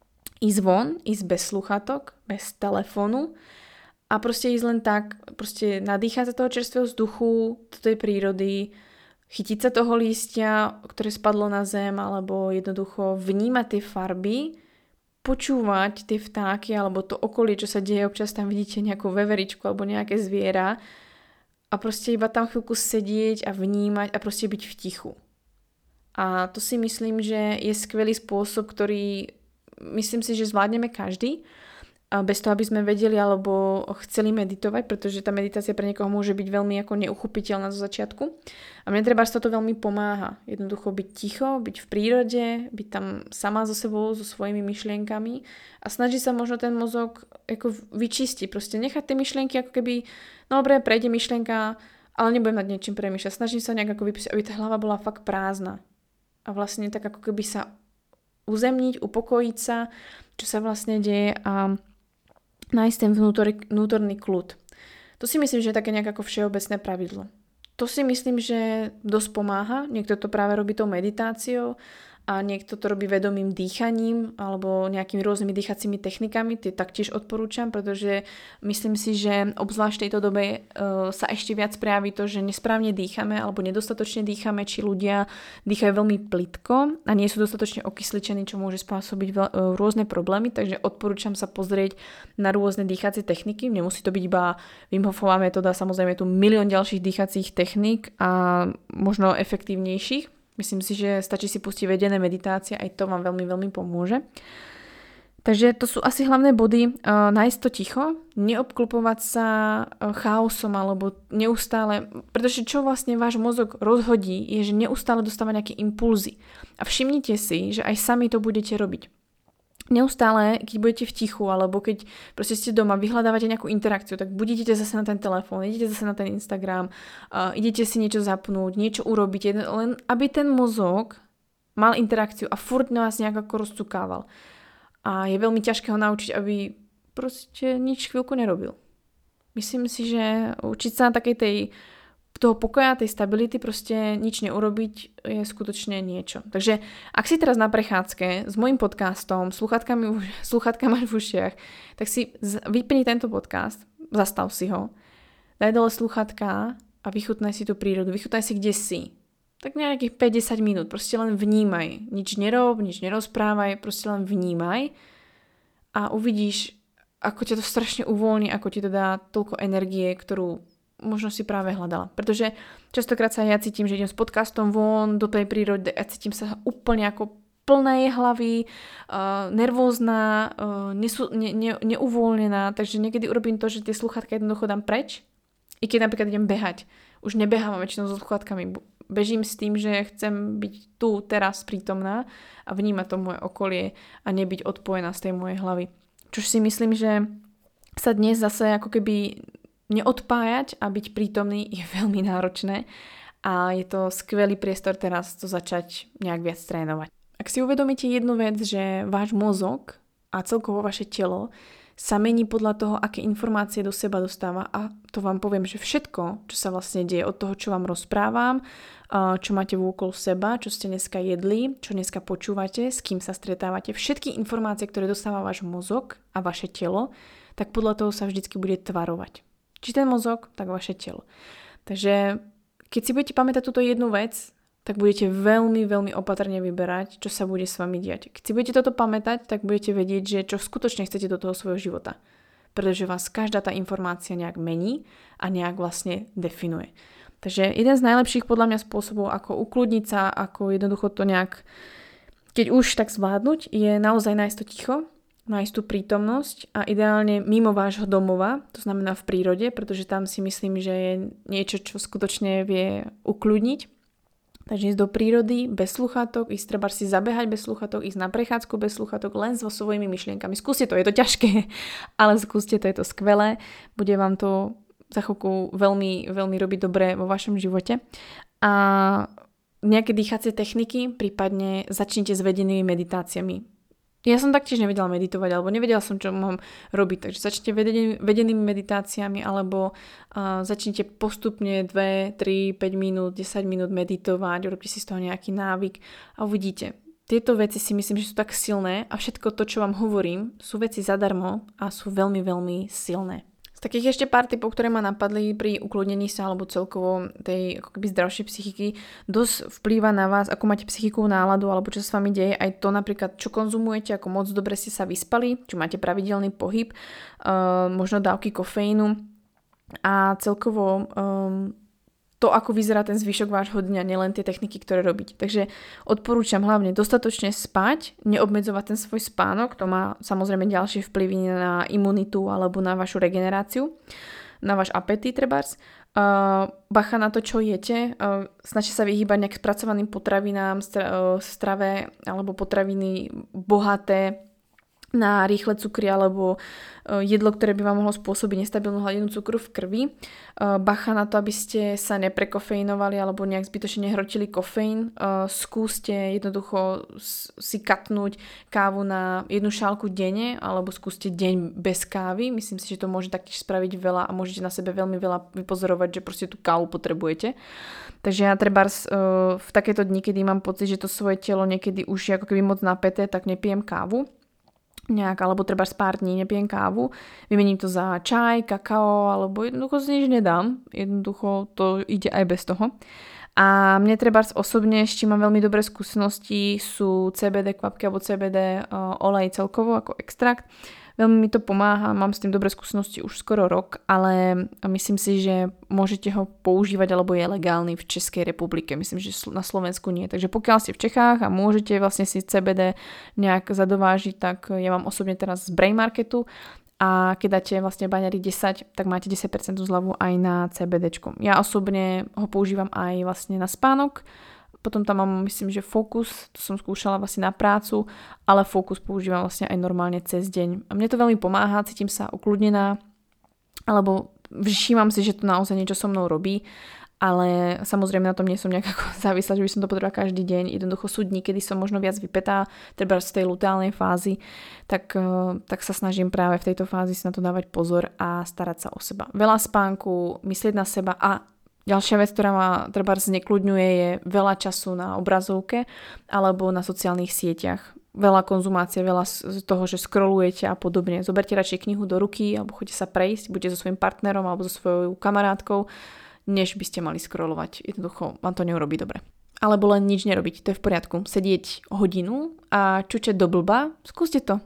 Ísť von, ísť bez sluchatok, bez telefónu, a proste ísť len tak, proste nadýchať sa toho čerstvého vzduchu, do tej prírody, chytiť sa toho lístia, ktoré spadlo na zem, alebo jednoducho vnímať tie farby, počúvať tie vtáky, alebo to okolie, čo sa deje, občas tam vidíte nejakú veveričku alebo nejaké zviera a proste iba tam chvíľku sedieť a vnímať a proste byť v tichu. A to si myslím, že je skvelý spôsob, ktorý myslím si, že zvládneme každý, bez toho, aby sme vedeli alebo chceli meditovať, pretože tá meditácia pre niekoho môže byť veľmi ako neuchopiteľná zo začiatku. A mne treba z toto veľmi pomáha. Jednoducho byť ticho, byť v prírode, byť tam sama so sebou, so svojimi myšlienkami a snažiť sa možno ten mozog ako vyčistiť. Proste nechať tie myšlienky ako keby, no dobre, prejde myšlienka, ale nebudem nad niečím premýšľať. Snažím sa nejak ako vypísať, aby tá hlava bola fakt prázdna. A vlastne tak ako keby sa uzemniť, upokojiť sa, čo sa vlastne deje a nájsť ten vnútorný, vnútorný kľud. To si myslím, že je také nejak ako všeobecné pravidlo. To si myslím, že dosť pomáha. Niekto to práve robí tou meditáciou a niekto to robí vedomým dýchaním alebo nejakými rôznymi dýchacími technikami. Tie taktiež odporúčam, pretože myslím si, že obzvlášť v tejto dobe uh, sa ešte viac prejaví to, že nesprávne dýchame alebo nedostatočne dýchame, či ľudia dýchajú veľmi plitko a nie sú dostatočne okysličení, čo môže spôsobiť veľ, uh, rôzne problémy. Takže odporúčam sa pozrieť na rôzne dýchacie techniky. Nemusí to byť iba Wim Hofová metóda, samozrejme je tu milión ďalších dýchacích techník a možno efektívnejších. Myslím si, že stačí si pustiť vedené meditácie, aj to vám veľmi, veľmi pomôže. Takže to sú asi hlavné body. Uh, nájsť to ticho, neobklopovať sa uh, chaosom alebo neustále, pretože čo vlastne váš mozog rozhodí, je, že neustále dostáva nejaké impulzy. A všimnite si, že aj sami to budete robiť. Neustále, keď budete v tichu, alebo keď proste ste doma, vyhľadávate nejakú interakciu, tak budete zase na ten telefón, idete zase na ten Instagram, uh, idete si niečo zapnúť, niečo urobiť, len aby ten mozog mal interakciu a furt nás nejak ako rozcukával. A je veľmi ťažké ho naučiť, aby proste nič chvíľku nerobil. Myslím si, že učiť sa na takej tej toho pokoja, tej stability, proste nič neurobiť je skutočne niečo. Takže ak si teraz na prechádzke s mojím podcastom, sluchatkami, sluchatkami v ušiach, tak si vypni tento podcast, zastav si ho, daj dole sluchatka a vychutnaj si tú prírodu, vychutnaj si, kde si. Tak nejakých päť desať minút, proste len vnímaj. Nič nerob, nič nerozprávaj, proste len vnímaj a uvidíš, ako ťa to strašne uvoľní, ako ti to dá toľko energie, ktorú možno si práve hľadala. Pretože častokrát sa ja cítim, že idem s podcastom von do tej prírody a cítim sa úplne ako plnej hlavy, uh, nervózna, uh, nesu, ne, ne, neuvoľnená, takže niekedy urobím to, že tie sluchátka jednoducho dám preč, i keď napríklad idem behať. Už nebehávam väčšinou so sluchátkami. Bežím s tým, že chcem byť tu, teraz prítomná a vnímať to moje okolie a nebyť odpojená z tej mojej hlavy. Čož si myslím, že sa dnes zase ako keby neodpájať a byť prítomný je veľmi náročné a je to skvelý priestor teraz to začať nejak viac trénovať. Ak si uvedomíte jednu vec, že váš mozog a celkovo vaše telo sa mení podľa toho, aké informácie do seba dostáva, a to vám poviem, že všetko, čo sa vlastne deje od toho, čo vám rozprávam, čo máte vôkol seba, čo ste dneska jedli, čo dneska počúvate, s kým sa stretávate, všetky informácie, ktoré dostáva váš mozog a vaše telo, tak podľa toho sa vždycky bude tvarovať. Či ten mozog, tak vaše telo. Takže keď si budete pamätať túto jednu vec, tak budete veľmi, veľmi opatrne vyberať, čo sa bude s vami diať. Keď si budete toto pamätať, tak budete vedieť, že čo skutočne chcete do toho svojho života. Pretože vás každá tá informácia nejak mení a nejak vlastne definuje. Takže jeden z najlepších podľa mňa spôsobov, ako ukludniť sa, ako jednoducho to nejak, keď už tak zvládnuť, je naozaj nájsť to ticho, nájsť tú prítomnosť a ideálne mimo vášho domova, to znamená v prírode, pretože tam si myslím, že je niečo, čo skutočne vie ukľudniť. Takže ísť do prírody bez sluchátok, ísť treba si zabehať bez sluchátok, ísť na prechádzku bez sluchátok, len so svojimi myšlienkami. Skúste to, je to ťažké, ale skúste to, je to skvelé. Bude vám to za chvíľku veľmi, veľmi robiť dobre vo vašom živote. A nejaké dýchacie techniky, prípadne začnite s vedenými meditáciami. Ja som taktiež nevedela meditovať, alebo nevedela som, čo mám robiť, takže začnite vedenými, vedenými meditáciami, alebo uh, začnite postupne dva, tri, päť minút, desať minút meditovať, urobte si z toho nejaký návyk a uvidíte. Tieto veci si myslím, že sú tak silné a všetko to, čo vám hovorím, sú veci zadarmo a sú veľmi, veľmi silné. Z takých ešte pár tipov, ktoré ma napadli pri ukludnení sa alebo celkovo tej ako keby zdravšej psychiky, dosť vplýva na vás, ako máte psychikovú náladu alebo čo sa s vami deje, aj to napríklad, čo konzumujete, ako moc dobre ste sa vyspali, či máte pravidelný pohyb, uh, možno dávky kofeínu a celkovo um, to, ako vyzerá ten zvyšok vášho dňa, nielen tie techniky, ktoré robíte. Takže odporúčam hlavne dostatočne spať, neobmedzovať ten svoj spánok, to má samozrejme ďalšie vplyvy na imunitu alebo na vašu regeneráciu, na váš apetít trebárs. Uh, bacha na to, čo jete, uh, snažte sa vyhýbať nejak spracovaným potravinám, stra- uh, strave alebo potraviny bohaté na rýchle cukry alebo jedlo, ktoré by vám mohlo spôsobiť nestabilnú hladinu cukru v krvi. Bacha na to, aby ste sa neprekofeinovali alebo nejak zbytočne nehrotili kofeín. Skúste jednoducho si katnúť kávu na jednu šálku denne alebo skúste deň bez kávy. Myslím si, že to môže taktiež spraviť veľa a môžete na sebe veľmi veľa vypozorovať, že proste tú kávu potrebujete. Takže ja trebárs v takéto dni, kedy mám pocit, že to svoje telo niekedy už je ako keby moc napäté, tak nepijem kávu. Nejak, alebo treba z pár dní nepijem kávu, vymením to za čaj, kakao, alebo jednoducho si nič nedám. Jednoducho to ide aj bez toho. A mne treba osobne, s čím mám veľmi dobré skúsenosti, sú cé bé dé kvapky alebo cé bé dé uh, olej celkovo ako extrakt. Veľmi mi to pomáha, mám s tým dobré skúsenosti už skoro rok, ale myslím si, že môžete ho používať, alebo je legálny v Českej republike. Myslím, že na Slovensku nie. Takže pokiaľ ste v Čechách a môžete vlastne si cé bé dé nejak zadovážiť, tak ja mám osobne teraz z Brain Marketu a keď dáte vlastne baňary desať, tak máte desať percent zľavu aj na CBDčko. Ja osobne ho používam aj vlastne na spánok. Potom tam mám, myslím, že Focus, to som skúšala vlastne na prácu, ale Focus používam vlastne aj normálne cez deň. A mne to veľmi pomáha, cítim sa ukludnená, alebo všímam si, že to naozaj niečo so mnou robí, ale samozrejme na tom nie som nejak ako závislá, že by som to potrebovala každý deň. Jednoducho sú dní, kedy som možno viac vypätá, treba z tej luteálnej fázy, tak, tak sa snažím práve v tejto fázi si na to dávať pozor a starať sa o seba. Veľa spánku, myslieť na seba a ďalšia vec, ktorá ma treba znekľudňuje, je veľa času na obrazovke alebo na sociálnych sieťach. Veľa konzumácie, veľa z toho, že scrollujete a podobne. Zoberte radšej knihu do ruky alebo choďte sa prejsť, buďte so svojím partnerom alebo so svojou kamarátkou, než by ste mali scrollovať. Jednoducho vám to neurobí dobre. Alebo len nič nerobiť, to je v poriadku. Sedieť hodinu a čučať do blba, skúste to.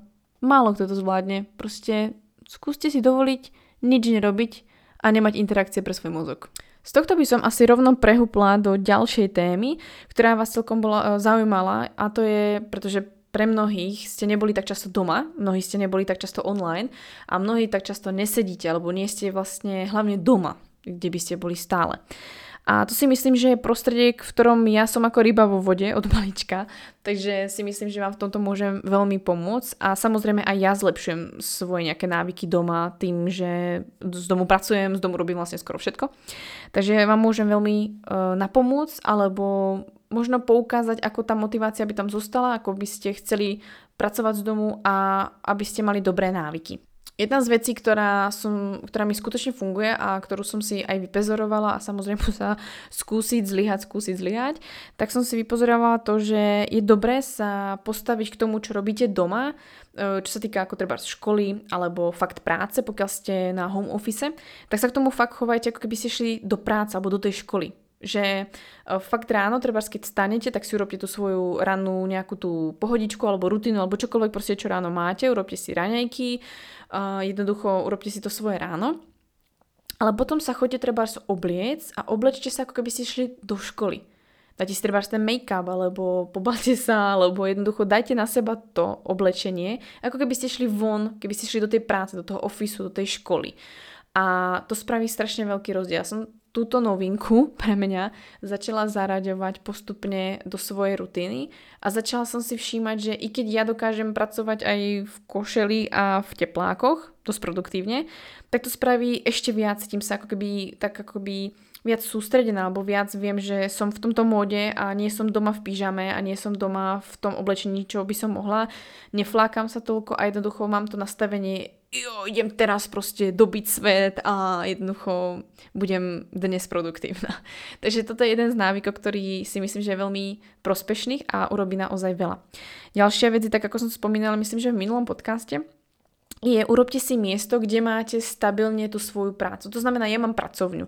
málo kto to zvládne. Proste skúste si dovoliť nič nerobiť a nemať interakcie pre svoj mozog. Z tohto by som asi rovno prehúpla do ďalšej témy, ktorá vás celkom bola zaujímala, a to je, pretože pre mnohých ste neboli tak často doma, mnohí ste neboli tak často online a mnohí tak často nesedíte, alebo nie ste vlastne hlavne doma, kde by ste boli stále. A to si myslím, že je prostredie, v ktorom ja som ako ryba vo vode od malička, takže si myslím, že vám v tomto môžem veľmi pomôcť a samozrejme aj ja zlepšujem svoje nejaké návyky doma tým, že z domu pracujem, z domu robím vlastne skoro všetko. Takže vám môžem veľmi uh, napomôcť alebo možno poukázať, ako tá motivácia by tam zostala, ako by ste chceli pracovať z domu a aby ste mali dobré návyky. Jedna z vecí, ktorá, som, ktorá mi skutočne funguje a ktorú som si aj vypozorovala a samozrejme sa skúsiť zlyhať, skúsiť zlyhať, tak som si vypozorovala to, že je dobré sa postaviť k tomu, čo robíte doma, čo sa týka ako treba školy alebo fakt práce, pokiaľ ste na home office, tak sa k tomu fakt chovajte, ako keby ste šli do práce alebo do tej školy. Že fakt ráno, treba keď stanete, tak si urobte tú svoju rannú nejakú tú pohodičku alebo rutinu alebo čokoľvek proste, čo ráno máte, urobte si raňajky, uh, jednoducho urobte si to svoje ráno, ale potom sa choďte treba obliec a oblečte sa, ako keby ste šli do školy. Dajte si treba ten make-up, alebo pobalte sa, alebo jednoducho dajte na seba to oblečenie, ako keby ste šli von, keby ste šli do tej práce, do toho ofisu, do tej školy. A to spraví strašne veľký rozdiel. Ja som túto novinku pre mňa začala zaraďovať postupne do svojej rutiny a začala som si všímať, že i keď ja dokážem pracovať aj v košeli a v teplákoch, dosť produktívne, tak to spraví ešte viac, tým sa ako keby, tak ako keby viac sústredená, alebo viac viem, že som v tomto móde a nie som doma v pyžame a nie som doma v tom oblečení, čo by som mohla. Neflákam sa toľko a jednoducho mám to nastavenie, jo, idem teraz proste dobiť svet a jednoducho budem dnes produktívna. Takže toto je jeden z návykov, ktorý si myslím, že je veľmi prospešných a urobí naozaj veľa. Ďalšia vec je, tak ako som spomínala, myslím, že v minulom podcaste, je urobte si miesto, kde máte stabilne tú svoju prácu. To znamená, ja mám pracovňu.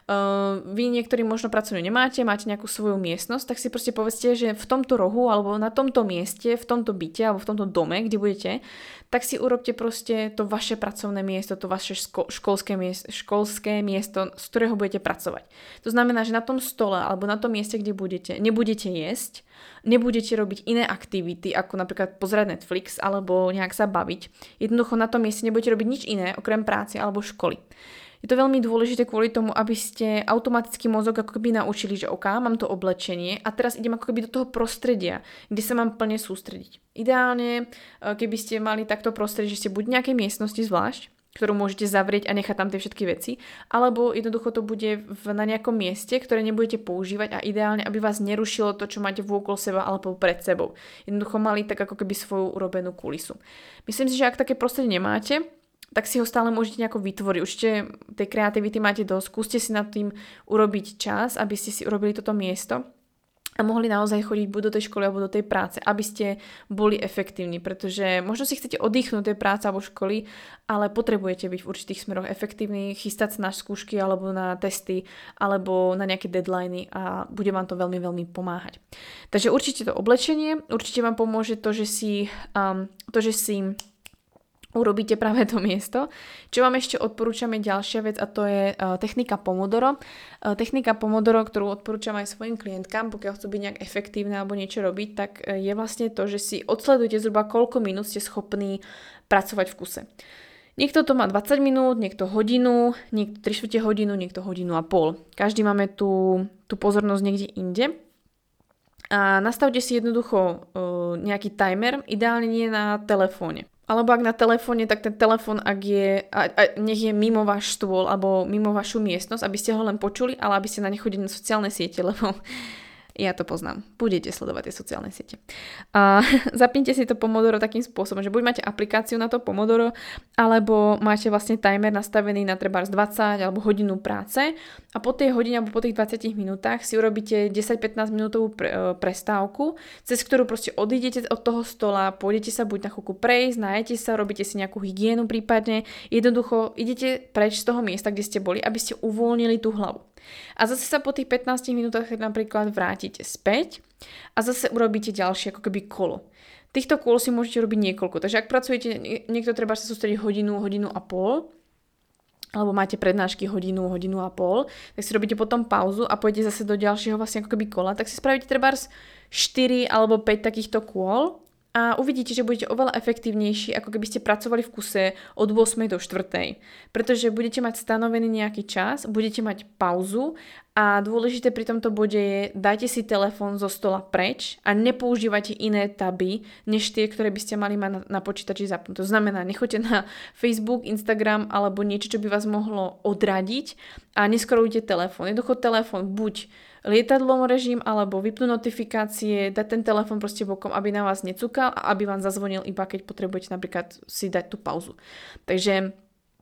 Uh, vy niektorí možno pracovňu nemáte, máte nejakú svoju miestnosť, tak si proste povedzte, že v tomto rohu alebo na tomto mieste, v tomto byte alebo v tomto dome, kde budete, tak si urobte proste to vaše pracovné miesto, to vaše ško- školské, miesto, školské miesto, z ktorého budete pracovať. To znamená, že na tom stole alebo na tom mieste, kde budete, nebudete jesť, nebudete robiť iné aktivity, ako napríklad pozerať Netflix alebo nejak sa baviť. Jednoducho na tom mieste nebudete robiť nič iné, okrem práce alebo školy. Je to veľmi dôležité kvôli tomu, aby ste automaticky mozog ako keby naučili, že OK, mám to oblečenie a teraz idem ako keby do toho prostredia, kde sa mám plne sústrediť. Ideálne, keby ste mali takto prostredie, že ste buď v nejakej miestnosti zvlášť, ktorú môžete zavrieť a nechať tam tie všetky veci, alebo jednoducho to bude v, na nejakom mieste, ktoré nebudete používať a ideálne, aby vás nerušilo to, čo máte vôkol seba alebo pred sebou. Jednoducho mali tak ako keby svoju urobenú kulisu. Myslím si, že ak také prostredie nemáte, tak si ho stále môžete nejako vytvoriť. Určite tej kreativity máte dosť, skúste si nad tým urobiť čas, aby ste si urobili toto miesto a mohli naozaj chodiť buď do tej školy alebo do tej práce, aby ste boli efektívni, pretože možno si chcete oddychnúť tej práce alebo školy, ale potrebujete byť v určitých smeroch efektívni, chystať sa na skúšky alebo na testy alebo na nejaké deadliny a bude vám to veľmi, veľmi pomáhať. Takže určite to oblečenie, určite vám pomôže to, že si, um, to, že si urobíte práve to miesto. Čo vám ešte odporúčam je ďalšia vec a to je uh, technika Pomodoro. Uh, technika Pomodoro, ktorú odporúčam aj svojim klientkám, pokiaľ chcú byť nejak efektívne alebo niečo robiť, tak uh, je vlastne to, že si odsledujete zhruba koľko minút ste schopní pracovať v kuse. Niekto to má dvadsať minút, niekto hodinu, niekto tri štvrte hodinu, niekto hodinu a pol. Každý máme tú, tú pozornosť niekde inde. A nastavte si jednoducho uh, nejaký timer, ideálne nie na telefóne. Alebo ak na telefóne, tak ten telefón, ak je, a, a nech je mimo váš stôl alebo mimo vašu miestnosť, aby ste ho len počuli, ale aby ste na ne chodili na sociálne siete, lebo ja to poznám. Budete sledovať tie sociálne siete. A zapnite si to Pomodoro takým spôsobom, že buď máte aplikáciu na to Pomodoro, alebo máte vlastne timer nastavený na trebárs dvadsať alebo hodinu práce a po tej hodine alebo po tých dvadsiatich minútach si urobíte desať až pätnásť minútovú pre, prestávku, cez ktorú proste odídete od toho stola, pôjdete sa buď na chvíľku prejsť, najete sa, robíte si nejakú hygienu prípadne, jednoducho idete preč z toho miesta, kde ste boli, aby ste uvoľnili tú hlavu. A zase sa po tých pätnástich minútach napríklad vrátite späť a zase urobíte ďalšie ako keby kolo. Týchto kôl si môžete robiť niekoľko. Takže ak pracujete, niekto treba sa sústrediť hodinu, hodinu a pol, alebo máte prednášky hodinu, hodinu a pol, tak si robíte potom pauzu a pôjdete zase do ďalšieho vlastne ako keby kola, tak si spravíte trebárs štyri alebo päť takýchto kôl a uvidíte, že budete oveľa efektívnejší, ako keby ste pracovali v kuse od ôsmej do štvrtej. Pretože budete mať stanovený nejaký čas, budete mať pauzu a dôležité pri tomto bode je, dajte si telefón zo stola preč a nepoužívajte iné taby, než tie, ktoré by ste mali mať na, na počítači zapnuté. To znamená, nechoďte na Facebook, Instagram alebo niečo, čo by vás mohlo odradiť a neskrolujte telefón. Jednoducho telefón buď lietadlom režim alebo vypnú notifikácie, dať ten telefón proste bokom, aby na vás necúkal a aby vám zazvonil iba keď potrebujete napríklad si dať tú pauzu. Takže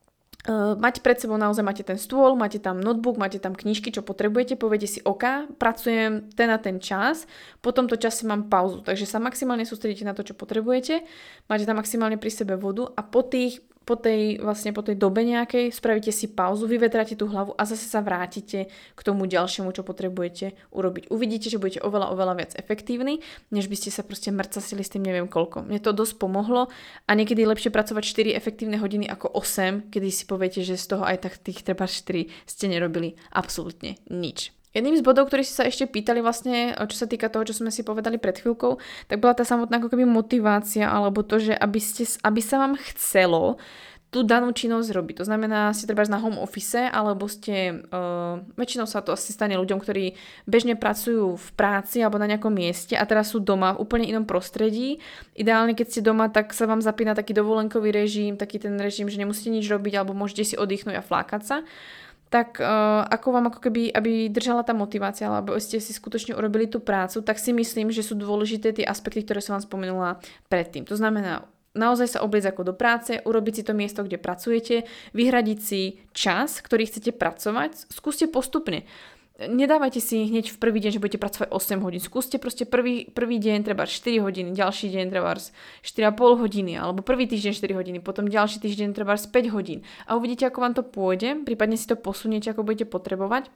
Uh, máte pred sebou, naozaj máte ten stôl, máte tam notebook, máte tam knižky, čo potrebujete, poviete si OK, pracujem ten na ten čas, po tomto čase mám pauzu, takže sa maximálne sústredíte na to, čo potrebujete, máte tam maximálne pri sebe vodu a po tých po tej, vlastne po tej dobe nejakej spravíte si pauzu, vyvetráte tú hlavu a zase sa vrátite k tomu ďalšiemu, čo potrebujete urobiť. Uvidíte, že budete oveľa, oveľa viac efektívni, než by ste sa proste mrcasili s tým neviem koľko. Mne to dosť pomohlo a niekedy je lepšie pracovať štyri efektívne hodiny ako osem, kedy si poviete, že z toho aj tak tých treba štyri ste nerobili absolútne nič. Jedným z bodov, ktorí si sa ešte pýtali vlastne, čo sa týka toho, čo sme si povedali pred chvíľkou, tak bola tá samotná ako keby motivácia, alebo to, že aby, ste, aby sa vám chcelo tú danú činnosť robiť. To znamená, ste treba na home office, alebo ste, uh, väčšinou sa to asi stane ľuďom, ktorí bežne pracujú v práci alebo na nejakom mieste a teraz sú doma v úplne inom prostredí. Ideálne, keď ste doma, tak sa vám zapína taký dovolenkový režim, taký ten režim, že nemusíte nič robiť, alebo môžete si oddychnúť a flákať sa. Tak uh, ako vám ako keby, aby držala tá motivácia, alebo ste si skutočne urobili tú prácu, tak si myslím, že sú dôležité tie aspekty, ktoré som vám spomenula predtým. To znamená, naozaj sa obliecť ako do práce, urobiť si to miesto, kde pracujete, vyhradiť si čas, ktorý chcete pracovať, skúste postupne. Nedávajte si hneď v prvý deň, že budete pracovať osem hodín. Skúste proste prvý, prvý deň treba štyri hodiny, ďalší deň treba štyri a pol hodiny, alebo prvý týždeň štyri hodiny, potom ďalší týždeň treba päť hodín. A uvidíte, ako vám to pôjde, prípadne si to posuniete, ako budete potrebovať.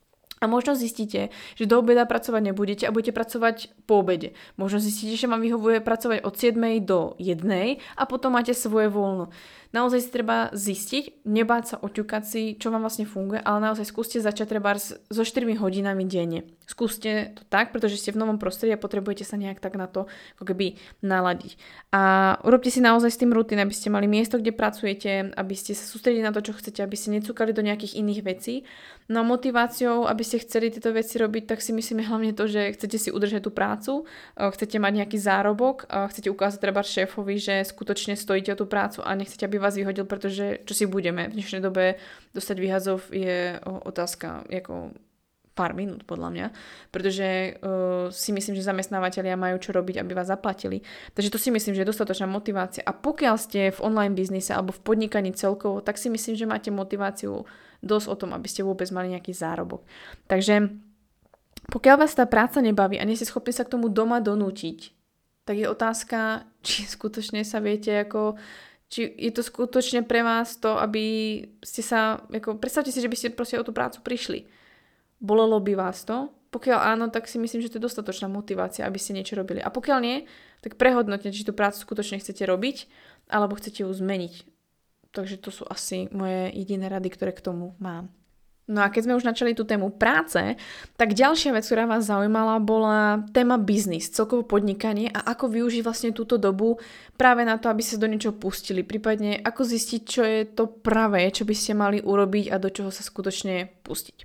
A možno zistíte, že do obeda pracovať nebudete a budete pracovať po obede. Možno zistíte, že vám vyhovuje pracovať od siedmej do jednej a potom máte svoje voľno. Naozaj si treba zistiť, nebáť sa oťukať si, čo vám vlastne funguje, ale naozaj skúste začať treba so štyrmi hodinami denne. Skúste to tak, pretože ste v novom prostredí a potrebujete sa nejak tak na to ako keby naladiť. A urobte si naozaj s tým rutín, aby ste mali miesto, kde pracujete, aby ste sa sústredili na to, čo chcete, aby ste necúkali do nejakých iných vecí. No a motiváciou, aby ste chceli tieto veci robiť, tak si myslíme hlavne to, že chcete si udržať tú prácu, chcete mať nejaký zárobok, chcete ukázať treba šéfovi, že skutočne stojíte o tú prácu a nechcete, aby vás vyhodil, pretože čo si budeme. V dnešnej dobe dostať výhazov je otázka ako pár minút podľa mňa, pretože uh, si myslím, že zamestnávateľia majú čo robiť, aby vás zaplatili. Takže to si myslím, že je dostatočná motivácia. A pokiaľ ste v online biznise alebo v podnikaní celkovo, tak si myslím, že máte motiváciu dosť o tom, aby ste vôbec mali nejaký zárobok. Takže pokiaľ vás tá práca nebaví a nie ste schopní sa k tomu doma donútiť, tak je otázka, či skutočne sa viete ako či je to skutočne pre vás to, aby ste sa, ako, predstavte si, že by ste proste o tú prácu prišli. Bolelo by vás to? Pokiaľ áno, tak si myslím, že to je dostatočná motivácia, aby ste niečo robili. A pokiaľ nie, tak prehodnoťte, či tú prácu skutočne chcete robiť, alebo chcete ju zmeniť. Takže to sú asi moje jediné rady, ktoré k tomu mám. No a keď sme už načali tú tému práce, tak ďalšia vec, ktorá vás zaujímala, bola téma biznis, celkovo podnikanie a ako využiť vlastne túto dobu práve na to, aby sa do niečoho pustili. Prípadne ako zistiť, čo je to pravé, čo by ste mali urobiť a do čoho sa skutočne pustiť.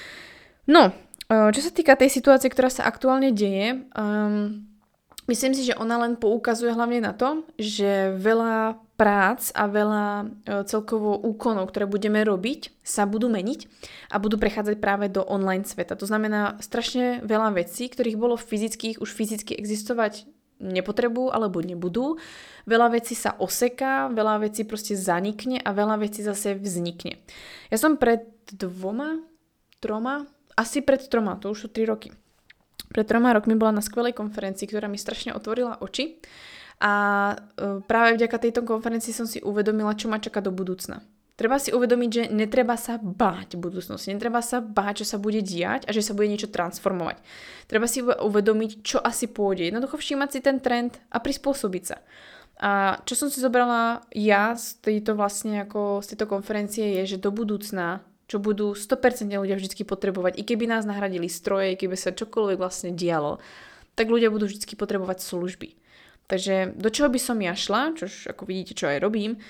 No, čo sa týka tej situácie, ktorá sa aktuálne deje, um, myslím si, že ona len poukazuje hlavne na to, že veľa prác a veľa celkovo úkonov, ktoré budeme robiť, sa budú meniť a budú prechádzať práve do online sveta. To znamená strašne veľa vecí, ktorých bolo fyzických, už fyzicky existovať nepotrebujú alebo nebudú. Veľa vecí sa oseká, veľa vecí proste zanikne a veľa vecí zase vznikne. Ja som pred dvoma, troma, asi pred troma, to už sú tri roky. Pred troma rokmi bola na skvelej konferencii, ktorá mi strašne otvorila oči. A práve vďaka tejto konferencii som si uvedomila, čo ma čaká do budúcna. Treba si uvedomiť, že netreba sa báť v budúcnosti, netreba sa báť, čo sa bude diať a že sa bude niečo transformovať. Treba si uvedomiť, čo asi pôjde. Jednoducho všímať si ten trend a prispôsobiť sa. A čo som si zobrala ja z tejto vlastne ako z tejto konferencie je, že do budúcna, čo budú sto percent ľudia vždy potrebovať, i keby nás nahradili stroje, keby sa čokoľvek vlastne dialo, tak ľudia budú vždy potrebovať služby. Takže do čoho by som ja šla, čo ako vidíte, čo aj robím,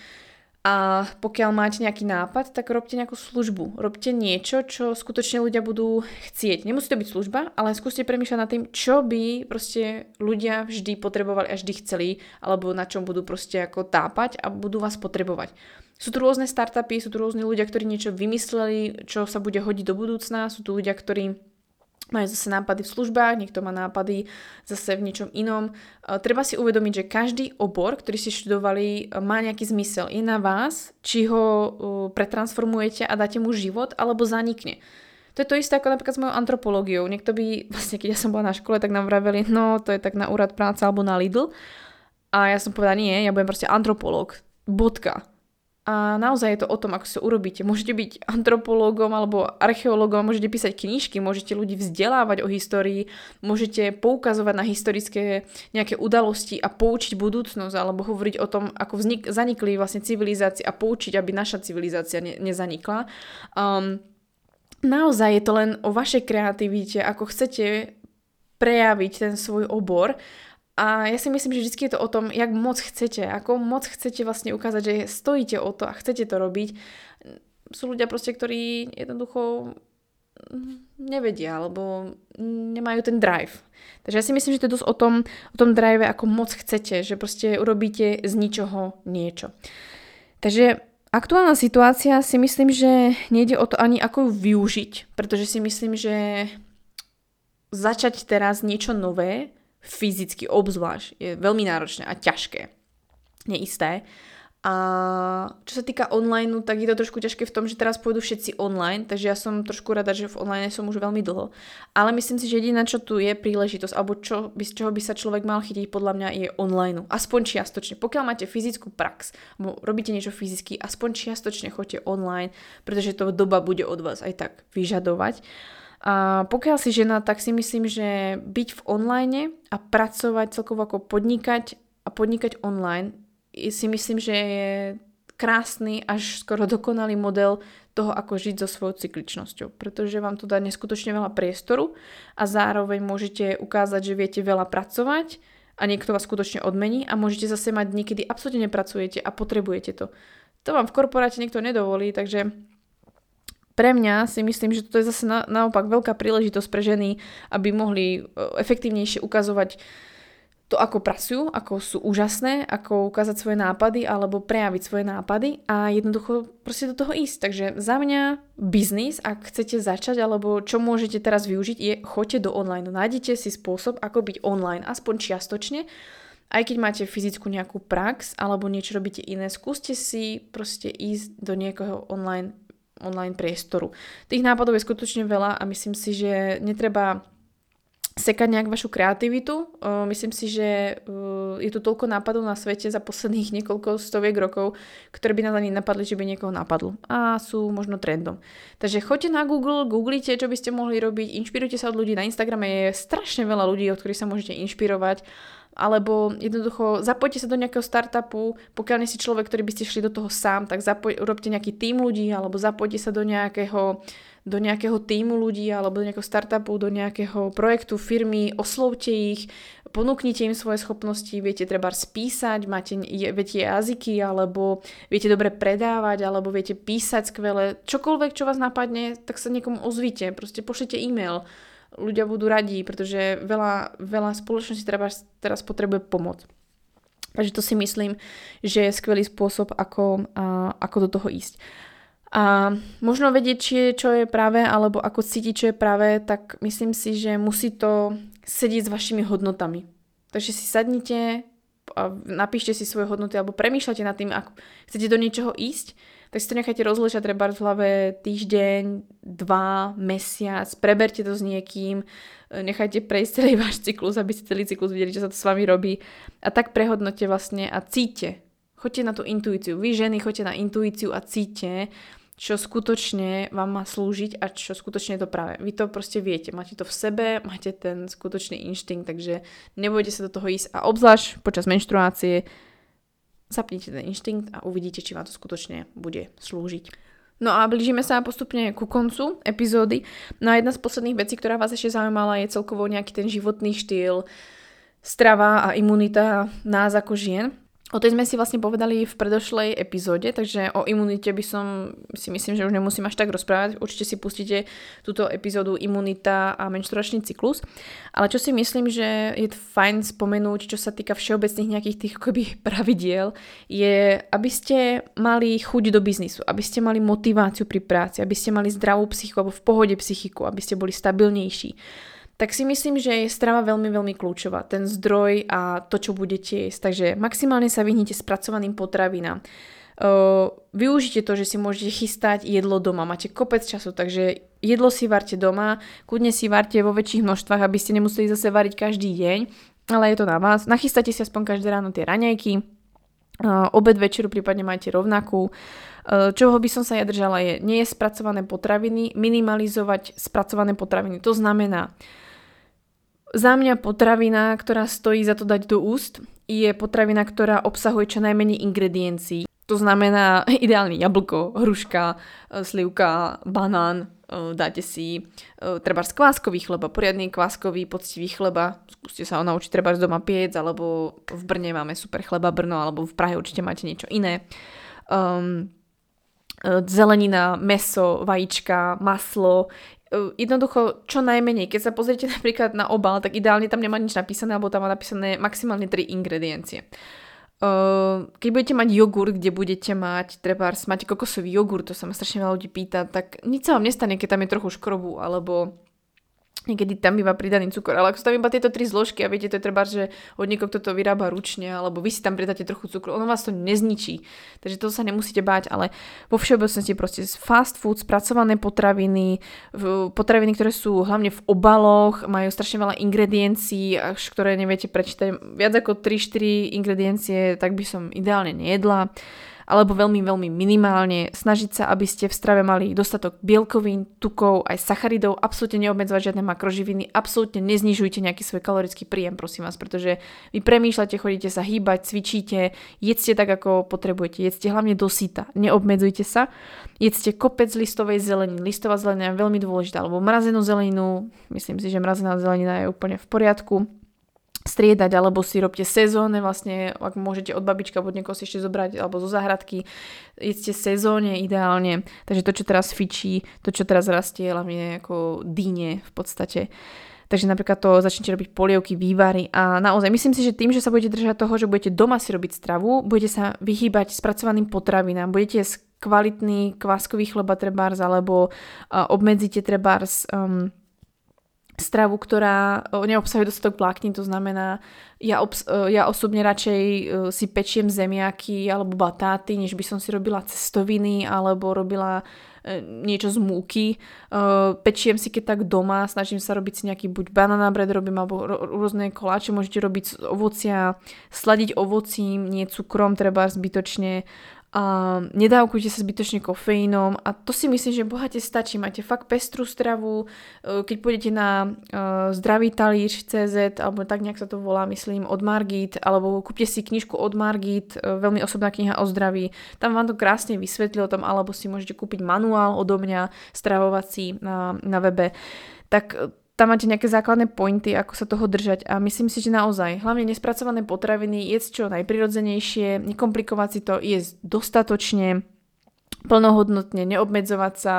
a pokiaľ máte nejaký nápad, tak robte nejakú službu. Robte niečo, čo skutočne ľudia budú chcieť. Nemusí to byť služba, ale skúste premýšľať nad tým, čo by proste ľudia vždy potrebovali a vždy chceli, alebo na čom budú proste ako tápať a budú vás potrebovať. Sú tu rôzne startupy, sú tu rôzne ľudia, ktorí niečo vymysleli, čo sa bude hodiť do budúcna. Sú tu ľudia, ktorí majú zase nápady v službách, niekto má nápady zase v niečom inom. Treba si uvedomiť, že každý obor, ktorý ste študovali, má nejaký zmysel. Je na vás, či ho pretransformujete a dáte mu život, alebo zanikne. To je to isté ako napríklad s mojou antropológiou. Niekto by, vlastne keď ja som bola na škole, tak nám vraveli, no to je tak na úrad práce alebo na Lidl. A ja som povedala, nie, ja budem proste antropológ. Bodka. A naozaj je to o tom, ako sa urobíte. Môžete byť antropológom alebo archeológom, môžete písať knižky, môžete ľudí vzdelávať o histórii, môžete poukazovať na historické nejaké udalosti a poučiť budúcnosť, alebo hovoriť o tom, ako vznik, zanikli vlastne civilizácie a poučiť, aby naša civilizácia ne, nezanikla. Um, naozaj je to len o vašej kreativite, ako chcete prejaviť ten svoj obor. A ja si myslím, že vždy je to o tom, jak moc chcete, ako moc chcete vlastne ukázať, že stojíte o to a chcete to robiť. Sú ľudia proste, ktorí jednoducho nevedia, alebo nemajú ten drive. Takže ja si myslím, že to je dosť o tom, o tom drive, ako moc chcete, že proste urobíte z ničoho niečo. Takže aktuálna situácia si myslím, že nejde o to ani ako ju využiť, pretože si myslím, že začať teraz niečo nové, fyzicky obzvlášť, je veľmi náročné a ťažké. Neisté. A čo sa týka online, tak je to trošku ťažké v tom, že teraz pôjdu všetci online, takže ja som trošku rada, že v online som už veľmi dlho. Ale myslím si, že jediná, čo tu je príležitosť, alebo čo, z čoho by sa človek mal chytiť, podľa mňa je online. Aspoň čiastočne. Pokiaľ máte fyzickú prax, alebo robíte niečo fyzicky, aspoň čiastočne choďte online, pretože to doba bude od vás aj tak vyžadovať. A pokiaľ si žena, tak si myslím, že byť v online a pracovať celkovo ako podnikať a podnikať online si myslím, že je krásny až skoro dokonalý model toho, ako žiť so svojou cykličnosťou, pretože vám to dá neskutočne veľa priestoru a zároveň môžete ukázať, že viete veľa pracovať a niekto vás skutočne odmení a môžete zase mať dni, kedy absolútne nepracujete a potrebujete to. To vám v korporáte niekto nedovolí, takže pre mňa si myslím, že toto je zase na, naopak veľká príležitosť pre ženy, aby mohli efektívnejšie ukazovať to, ako pracujú, ako sú úžasné, ako ukázať svoje nápady alebo prejaviť svoje nápady a jednoducho proste do toho ísť. Takže za mňa biznis, ak chcete začať alebo čo môžete teraz využiť, je choďte do online. Nájdete si spôsob, ako byť online, aspoň čiastočne. Aj keď máte fyzickú nejakú prax alebo niečo robíte iné, skúste si proste ísť do nejakého online online priestoru. Tých nápadov je skutočne veľa a myslím si, že netreba sekať nejak vašu kreativitu. Myslím si, že je tu toľko nápadov na svete za posledných niekoľko stoviek rokov, ktoré by nás ani napadli, že by niekoho napadlo. A sú možno trendom. Takže choďte na Google, googlite, čo by ste mohli robiť, inšpirujte sa od ľudí. Na Instagrame je strašne veľa ľudí, od ktorých sa môžete inšpirovať. Alebo jednoducho zapojte sa do nejakého startupu, pokiaľ nie si človek, ktorý by ste šli do toho sám, tak zapoj, urobte nejaký tím ľudí, alebo zapojte sa do nejakého, do nejakého tímu ľudí, alebo do nejakého startupu, do nejakého projektu, firmy, oslovte ich, ponúknite im svoje schopnosti, viete treba spísať, máte, viete jazyky, alebo viete dobre predávať, alebo viete písať skvele, čokoľvek, čo vás napadne, tak sa niekomu ozvite, proste pošlite e-mail. Ľudia budú radi, pretože veľa, veľa spoločností treba, teraz potrebuje pomoc. Takže to si myslím, že je skvelý spôsob, ako, a, ako do toho ísť. A možno vedieť, či je, čo je práve, alebo ako cítiť, čo je práve, tak myslím si, že musí to sedieť s vašimi hodnotami. Takže si sadnite a napíšte si svoje hodnoty, alebo premýšľate nad tým, ako chcete do niečoho ísť, tak si to nechajte rozlišať treba v hlave týždeň, dva, mesiac, preberte to s niekým, nechajte prejsť celý váš cyklus, aby ste celý cyklus videli, čo sa to s vami robí a tak prehodnote vlastne a cíťte, Choďte na tú intuíciu. Vy ženy choďte na intuíciu a cíte, čo skutočne vám má slúžiť a čo skutočne je to práve. Vy to proste viete, máte to v sebe, máte ten skutočný inštinkt, takže nebojte sa do toho ísť a obzvlášť počas menštruácie zapnite ten inštinkt a uvidíte, či vám to skutočne bude slúžiť. No a blížime sa postupne ku koncu epizódy. No a jedna z posledných vecí, ktorá vás ešte zaujímala, je celkovo nejaký ten životný štýl, strava a imunita nás ako žien. O tej sme si vlastne povedali v predošlej epizóde, takže o imunite by som si myslím, že už nemusím až tak rozprávať. Určite si pustíte túto epizódu Imunita a menštruačný cyklus. Ale čo si myslím, že je fajn spomenúť, čo sa týka všeobecných nejakých tých akoby pravidiel, je, aby ste mali chuť do biznisu, aby ste mali motiváciu pri práci, aby ste mali zdravú psychiku alebo v pohode psychiku, aby ste boli stabilnejší. Tak si myslím, že je strava veľmi, veľmi kľúčová. Ten zdroj a to, čo budete jesť. Takže maximálne sa vyhnite spracovaným potravinám. Uh, využite to, že si môžete chystať jedlo doma. Máte kopec času, takže jedlo si varte doma, kľudne si varte vo väčších množstvách, aby ste nemuseli zase variť každý deň. Ale je to na vás. Nachystajte si aspoň každé ráno tie raňajky. Uh, obed, večeru prípadne majte rovnakú. Uh, čoho by som sa ja držala je nie je spracované potraviny, minimalizovať spracované potraviny. To znamená, za mňa potravina, ktorá stojí za to dať do úst, je potravina, ktorá obsahuje čo najmenej ingrediencií. To znamená ideálne jablko, hruška, slivka, banán, dáte si treba z kváskový chleba, poriadny kváskový, poctivý chleba. Skúste sa ho naučiť treba z doma piec, alebo v Brne máme super chleba Brno, alebo v Prahe určite máte niečo iné. Um, zelenina, mäso, vajíčka, maslo. Jednoducho čo najmenej. Keď sa pozriete napríklad na obal, tak ideálne tam nemá nič napísané, alebo tam má napísané maximálne tri ingrediencie. Keď budete mať jogurt, kde budete mať, trebárs, máte kokosový jogurt, to sa ma strašne veľa ľudí pýta, tak nič sa vám nestane, keď tam je trochu škrobu, alebo niekedy tam býva pridaný cukor, ale ak sú tam iba tieto tri zložky a viete, to je treba, že od niekoho, kto to vyrába ručne, alebo vy si tam pridáte trochu cukru, ono vás to nezničí. Takže to sa nemusíte báť, ale vo všeobecnosti proste fast food, spracované potraviny, potraviny, ktoré sú hlavne v obaloch, majú strašne veľa ingrediencií, až ktoré neviete prečítať. Viac ako tri štyri ingrediencie, tak by som ideálne nejedla. Alebo veľmi, veľmi minimálne snažiť sa, aby ste v strave mali dostatok bielkovín, tukov, aj sacharidov, absolútne neobmedzovať žiadne makroživiny, absolútne neznižujte nejaký svoj kalorický príjem, prosím vás, pretože vy premýšľate, chodíte sa hýbať, cvičíte, jedzte tak, ako potrebujete, jedzte hlavne do syta, neobmedzujte sa, jedzte kopec listovej zeleniny, listová zelenina je veľmi dôležitá, alebo mrazenú zeleninu, myslím si, že mrazená zelenina je úplne v poriadku, striedať, alebo si robte sezónne, vlastne, ak môžete od babička, od niekoho si ešte zobrať, alebo zo záhradky, jedzte sezónne ideálne, takže to, čo teraz fičí, to, čo teraz rastie, hlavne ako dýne v podstate. Takže napríklad to začnete robiť polievky, vývary a naozaj myslím si, že tým, že sa budete držať toho, že budete doma si robiť stravu, budete sa vyhýbať spracovaným potravinám, budete jesť kvalitný kváskový chleba trebárs, alebo uh, obmedzíte trebárs um, stravu, ktorá neobsahuje dostatok vláknin, to znamená, ja, obs- ja osobne radšej si pečiem zemiaky alebo batáty, než by som si robila cestoviny alebo robila niečo z múky. Pečiem si keď tak doma, snažím sa robiť si nejaký buď banana bread robím, alebo rôzne koláče môžete robiť z ovocia, sladiť ovocím, nie cukrom, treba zbytočne. A nedávkujte sa zbytočne kofeínom a to si myslím, že bohate stačí. Máte fakt pestrú stravu, keď pôjdete na uh, zdravý talíř bodka cé zet alebo tak nejak sa to volá, myslím, od Margit, alebo kúpte si knižku od Margit, uh, veľmi osobná kniha o zdraví. Tam vám to krásne vysvetlilo tam, alebo si môžete kúpiť manuál odo mňa stravovací na, na webe. Tak tam máte nejaké základné pointy, ako sa toho držať a myslím si, že naozaj, hlavne nespracované potraviny, jesť čo najprirodzenejšie, nekomplikovať si to, jesť dostatočne, plnohodnotne, neobmedzovať sa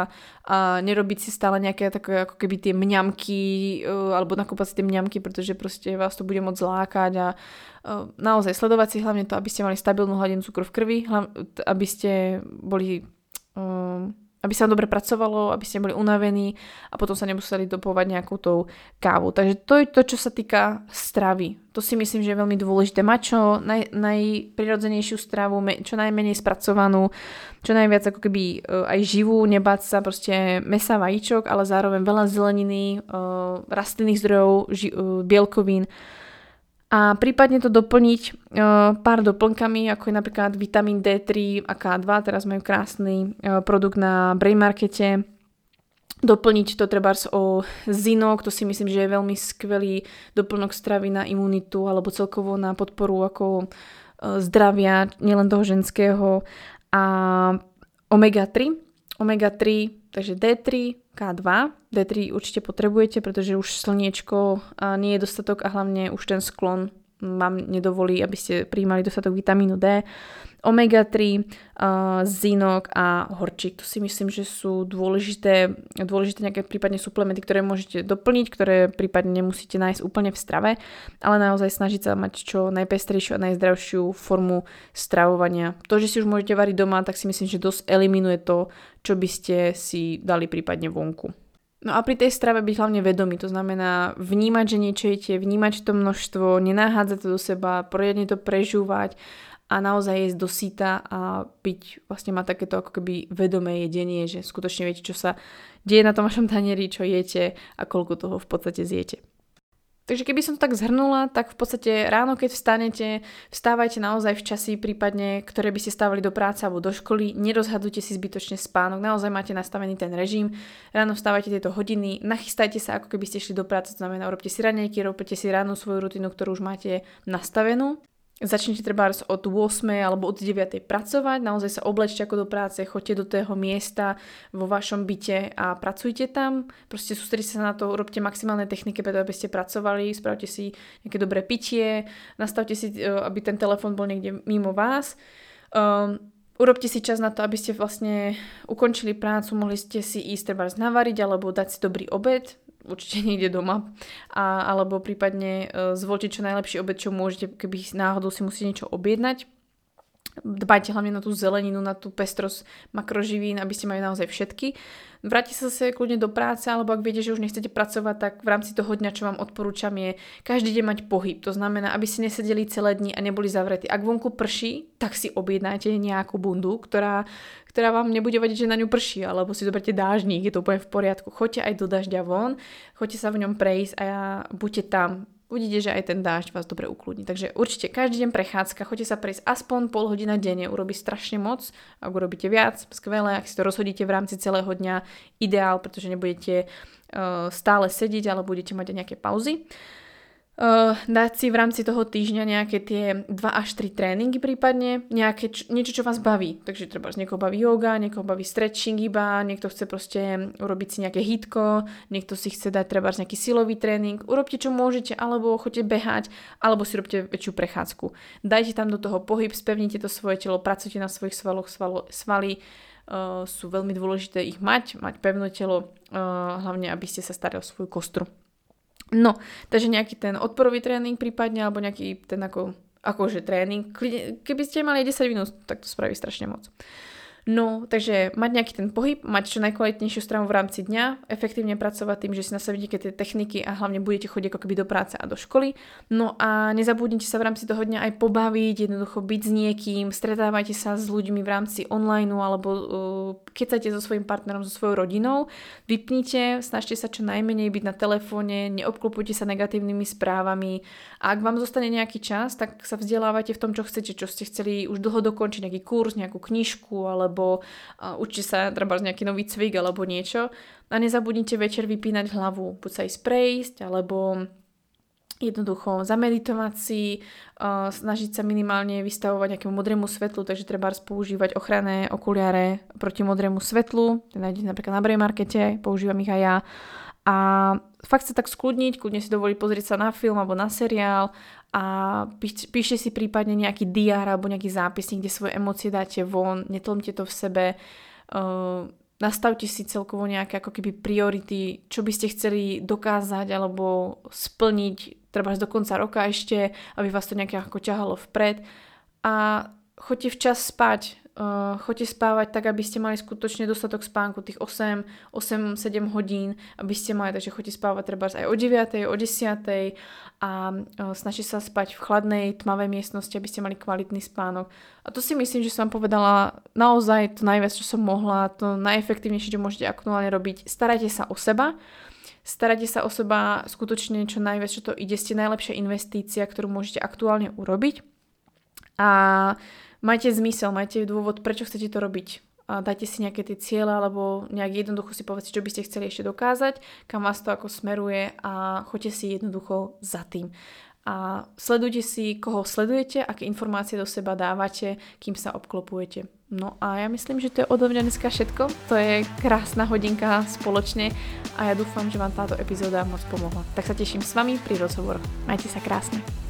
a nerobiť si stále nejaké také ako keby tie mňamky alebo nakúpať si tie mňamky, pretože proste vás to bude môcť lákať a naozaj sledovať si hlavne to, aby ste mali stabilnú hladinu cukru v krvi, aby ste boli... Um, aby sa dobre pracovalo, aby ste boli unavení a potom sa nemuseli dopovať nejakou tou kávu. Takže to je to, čo sa týka stravy. To si myslím, že je veľmi dôležité. Mať čo naj, najprirodzenejšiu stravu, čo najmenej spracovanú, čo najviac ako keby aj živú, nebáť sa proste mäsa, vajíčok, ale zároveň veľa zeleniny, rastlinných zdrojov, ži, bielkovín. A prípadne to doplniť uh, pár doplnkami, ako je napríklad vitamín dé tri a ká dva, teraz majú krásny uh, produkt na Brain Markete. Doplniť to trebárs o zinok, to si myslím, že je veľmi skvelý doplnok stravy na imunitu alebo celkovo na podporu ako uh, zdravia, nielen toho ženského. A omega tri, omega tri, takže dé tri, ká dva. dé tri určite potrebujete, pretože už slniečko nie je dostatok a hlavne už ten sklon vám nedovolí, aby ste prijímali dostatok vitamínu D. omega tri, uh, zinok a horčík. To si myslím, že sú dôležité, dôležité nejaké prípadne suplementy, ktoré môžete doplniť, ktoré prípadne nemusíte nájsť úplne v strave, ale naozaj snažiť sa mať čo najpestrejšiu a najzdravšiu formu stravovania. To, že si už môžete variť doma, tak si myslím, že dosť eliminuje to, čo by ste si dali prípadne vonku. No a pri tej strave byť hlavne vedomý, to znamená vnímať, že niečo jete, vnímať to množstvo, nenáhádzať to do seba, poriadne to prežúvať a naozaj jesť do syta a byť, vlastne mať takéto ako keby vedomé jedenie, že skutočne viete, čo sa deje na tom vašom tanieri, čo jete a koľko toho v podstate zjete. Takže keby som to tak zhrnula, tak v podstate ráno, keď vstanete, vstávajte naozaj v časy prípadne, ktoré by ste stávali do práce alebo do školy, nerozhadujte si zbytočne spánok, naozaj máte nastavený ten režim, ráno vstávajte tieto hodiny, nachystajte sa, ako keby ste šli do práce, to znamená, robte si raňajky, robte si ránu svoju rutinu, ktorú už máte nastavenú. Začnite trebárs od ôsmej alebo od deviatej pracovať, naozaj sa oblečte ako do práce, choďte do toho miesta vo vašom byte a pracujte tam. Proste sústredite sa na to, robte maximálne techniky, preto aby ste pracovali, spravte si nejaké dobré pitie, nastavte si, aby ten telefón bol niekde mimo vás. Um, urobte si čas na to, aby ste vlastne ukončili prácu, mohli ste si ísť trebárs navariť alebo dať si dobrý obed, určite niekde doma, a, alebo prípadne e, zvolte čo najlepší obed, čo môžete, keby náhodou si musíte niečo objednať. Dbajte hlavne na tú zeleninu, na tú pestrosť makroživín, aby ste mali naozaj všetky. Vráťte sa zase kľudne do práce, alebo ak viete, že už nechcete pracovať, tak v rámci toho dňa, čo vám odporúčam, je každý deň mať pohyb. To znamená, aby ste nesedeli celé dni a neboli zavretí. Ak vonku prší, tak si objednáte nejakú bundu, ktorá, ktorá vám nebude vadiť, že na ňu prší, alebo si zoberte dážnik, je to úplne v poriadku. Choďte aj do dažďa von, choďte sa v ňom prejsť a buďte tam. Uvidíte, že aj ten dážď vás dobre ukludní. Takže určite každý deň prechádzka, choďte sa prejsť aspoň pol hodina denne, urobí strašne moc. Ak urobíte viac, skvelé, ak si to rozhodíte v rámci celého dňa, ideál, pretože nebudete uh, stále sedieť, ale budete mať aj nejaké pauzy. Uh, dať si v rámci toho týždňa nejaké tie dva až tri tréningy prípadne, nejaké, č- niečo, čo vás baví. Takže treba z niekoho baví yoga, niekoho baví stretching iba, niekto chce proste urobiť si nejaké hitko, niekto si chce dať treba nejaký silový tréning. Urobte čo môžete, alebo choďte behať, alebo si robte väčšiu prechádzku. Dajte tam do toho pohyb, spevnite to svoje telo, pracujte na svojich svaloch, svalo, svaly uh, sú veľmi dôležité ich mať, mať pevné telo, uh, hlavne aby ste sa starali o svoju kostru. No, takže nejaký ten odporový tréning prípadne, alebo nejaký ten ako, akože tréning. Keby ste mali desať minút, tak to spraví strašne moc. No, takže mať nejaký ten pohyb, mať čo najkvalitnejšiu stravu v rámci dňa, efektívne pracovať tým, že si nastavíte tie techniky a hlavne budete chodiť ako keby do práce a do školy. No a nezabudnite sa v rámci toho dňa aj pobaviť, jednoducho byť s niekým, stretávajte sa s ľuďmi v rámci online alebo uh, kecajte so svojím partnerom, so svojou rodinou, vypnite, snažte sa čo najmenej byť na telefóne, neobklopujte sa negatívnymi správami a ak vám zostane nejaký čas, tak sa vzdelávajte v tom, čo chcete, čo ste chceli už dlho dokončiť, nejaký kurz, nejakú knižku alebo alebo uh, učite sa treba nejaký nový cvik alebo niečo a nezabudnite večer vypínať hlavu, buď sa ísť prejsť alebo jednoducho zameditovať si, uh, snažiť sa minimálne vystavovať nejakému modrému svetlu, takže treba používať ochranné okuliare proti modrému svetlu, to nájdete napríklad na Brain Markete, používam ich aj ja. A fakt sa tak skľudniť, kľudne si dovoliť pozrieť sa na film alebo na seriál a píš, píšte si prípadne nejaký diár alebo nejaký zápisník, kde svoje emócie dáte von, netlmte to v sebe, uh, nastavte si celkovo nejaké ako keby priority, čo by ste chceli dokázať alebo splniť treba do konca roka ešte, aby vás to nejaké ako ťahalo vpred a choďte včas spať. Uh, choďte spávať tak, aby ste mali skutočne dostatok spánku, tých osem sedem hodín, aby ste mali, takže choďte spávať treba aj o deviatej, o desiatej a uh, snažte sa spať v chladnej, tmavej miestnosti, aby ste mali kvalitný spánok. A to si myslím, že som vám povedala naozaj to najviac, čo som mohla, to najefektívnejšie, čo môžete aktuálne robiť. Starajte sa o seba, starajte sa o seba skutočne čo najviac, čo to ide, ste najlepšia investícia, ktorú môžete aktuálne urobiť. A majte zmysel, majte dôvod, prečo chcete to robiť. A dajte si nejaké tie ciele, alebo nejak jednoducho si povedzte, čo by ste chceli ešte dokázať, kam vás to ako smeruje a choďte si jednoducho za tým. A sledujte si, koho sledujete, aké informácie do seba dávate, kým sa obklopujete. No a ja myslím, že to je odo mňa dneska všetko. To je krásna hodinka spoločne a ja dúfam, že vám táto epizóda moc pomohla. Tak sa teším s vami pri rozhovoroch. Majte sa krásne.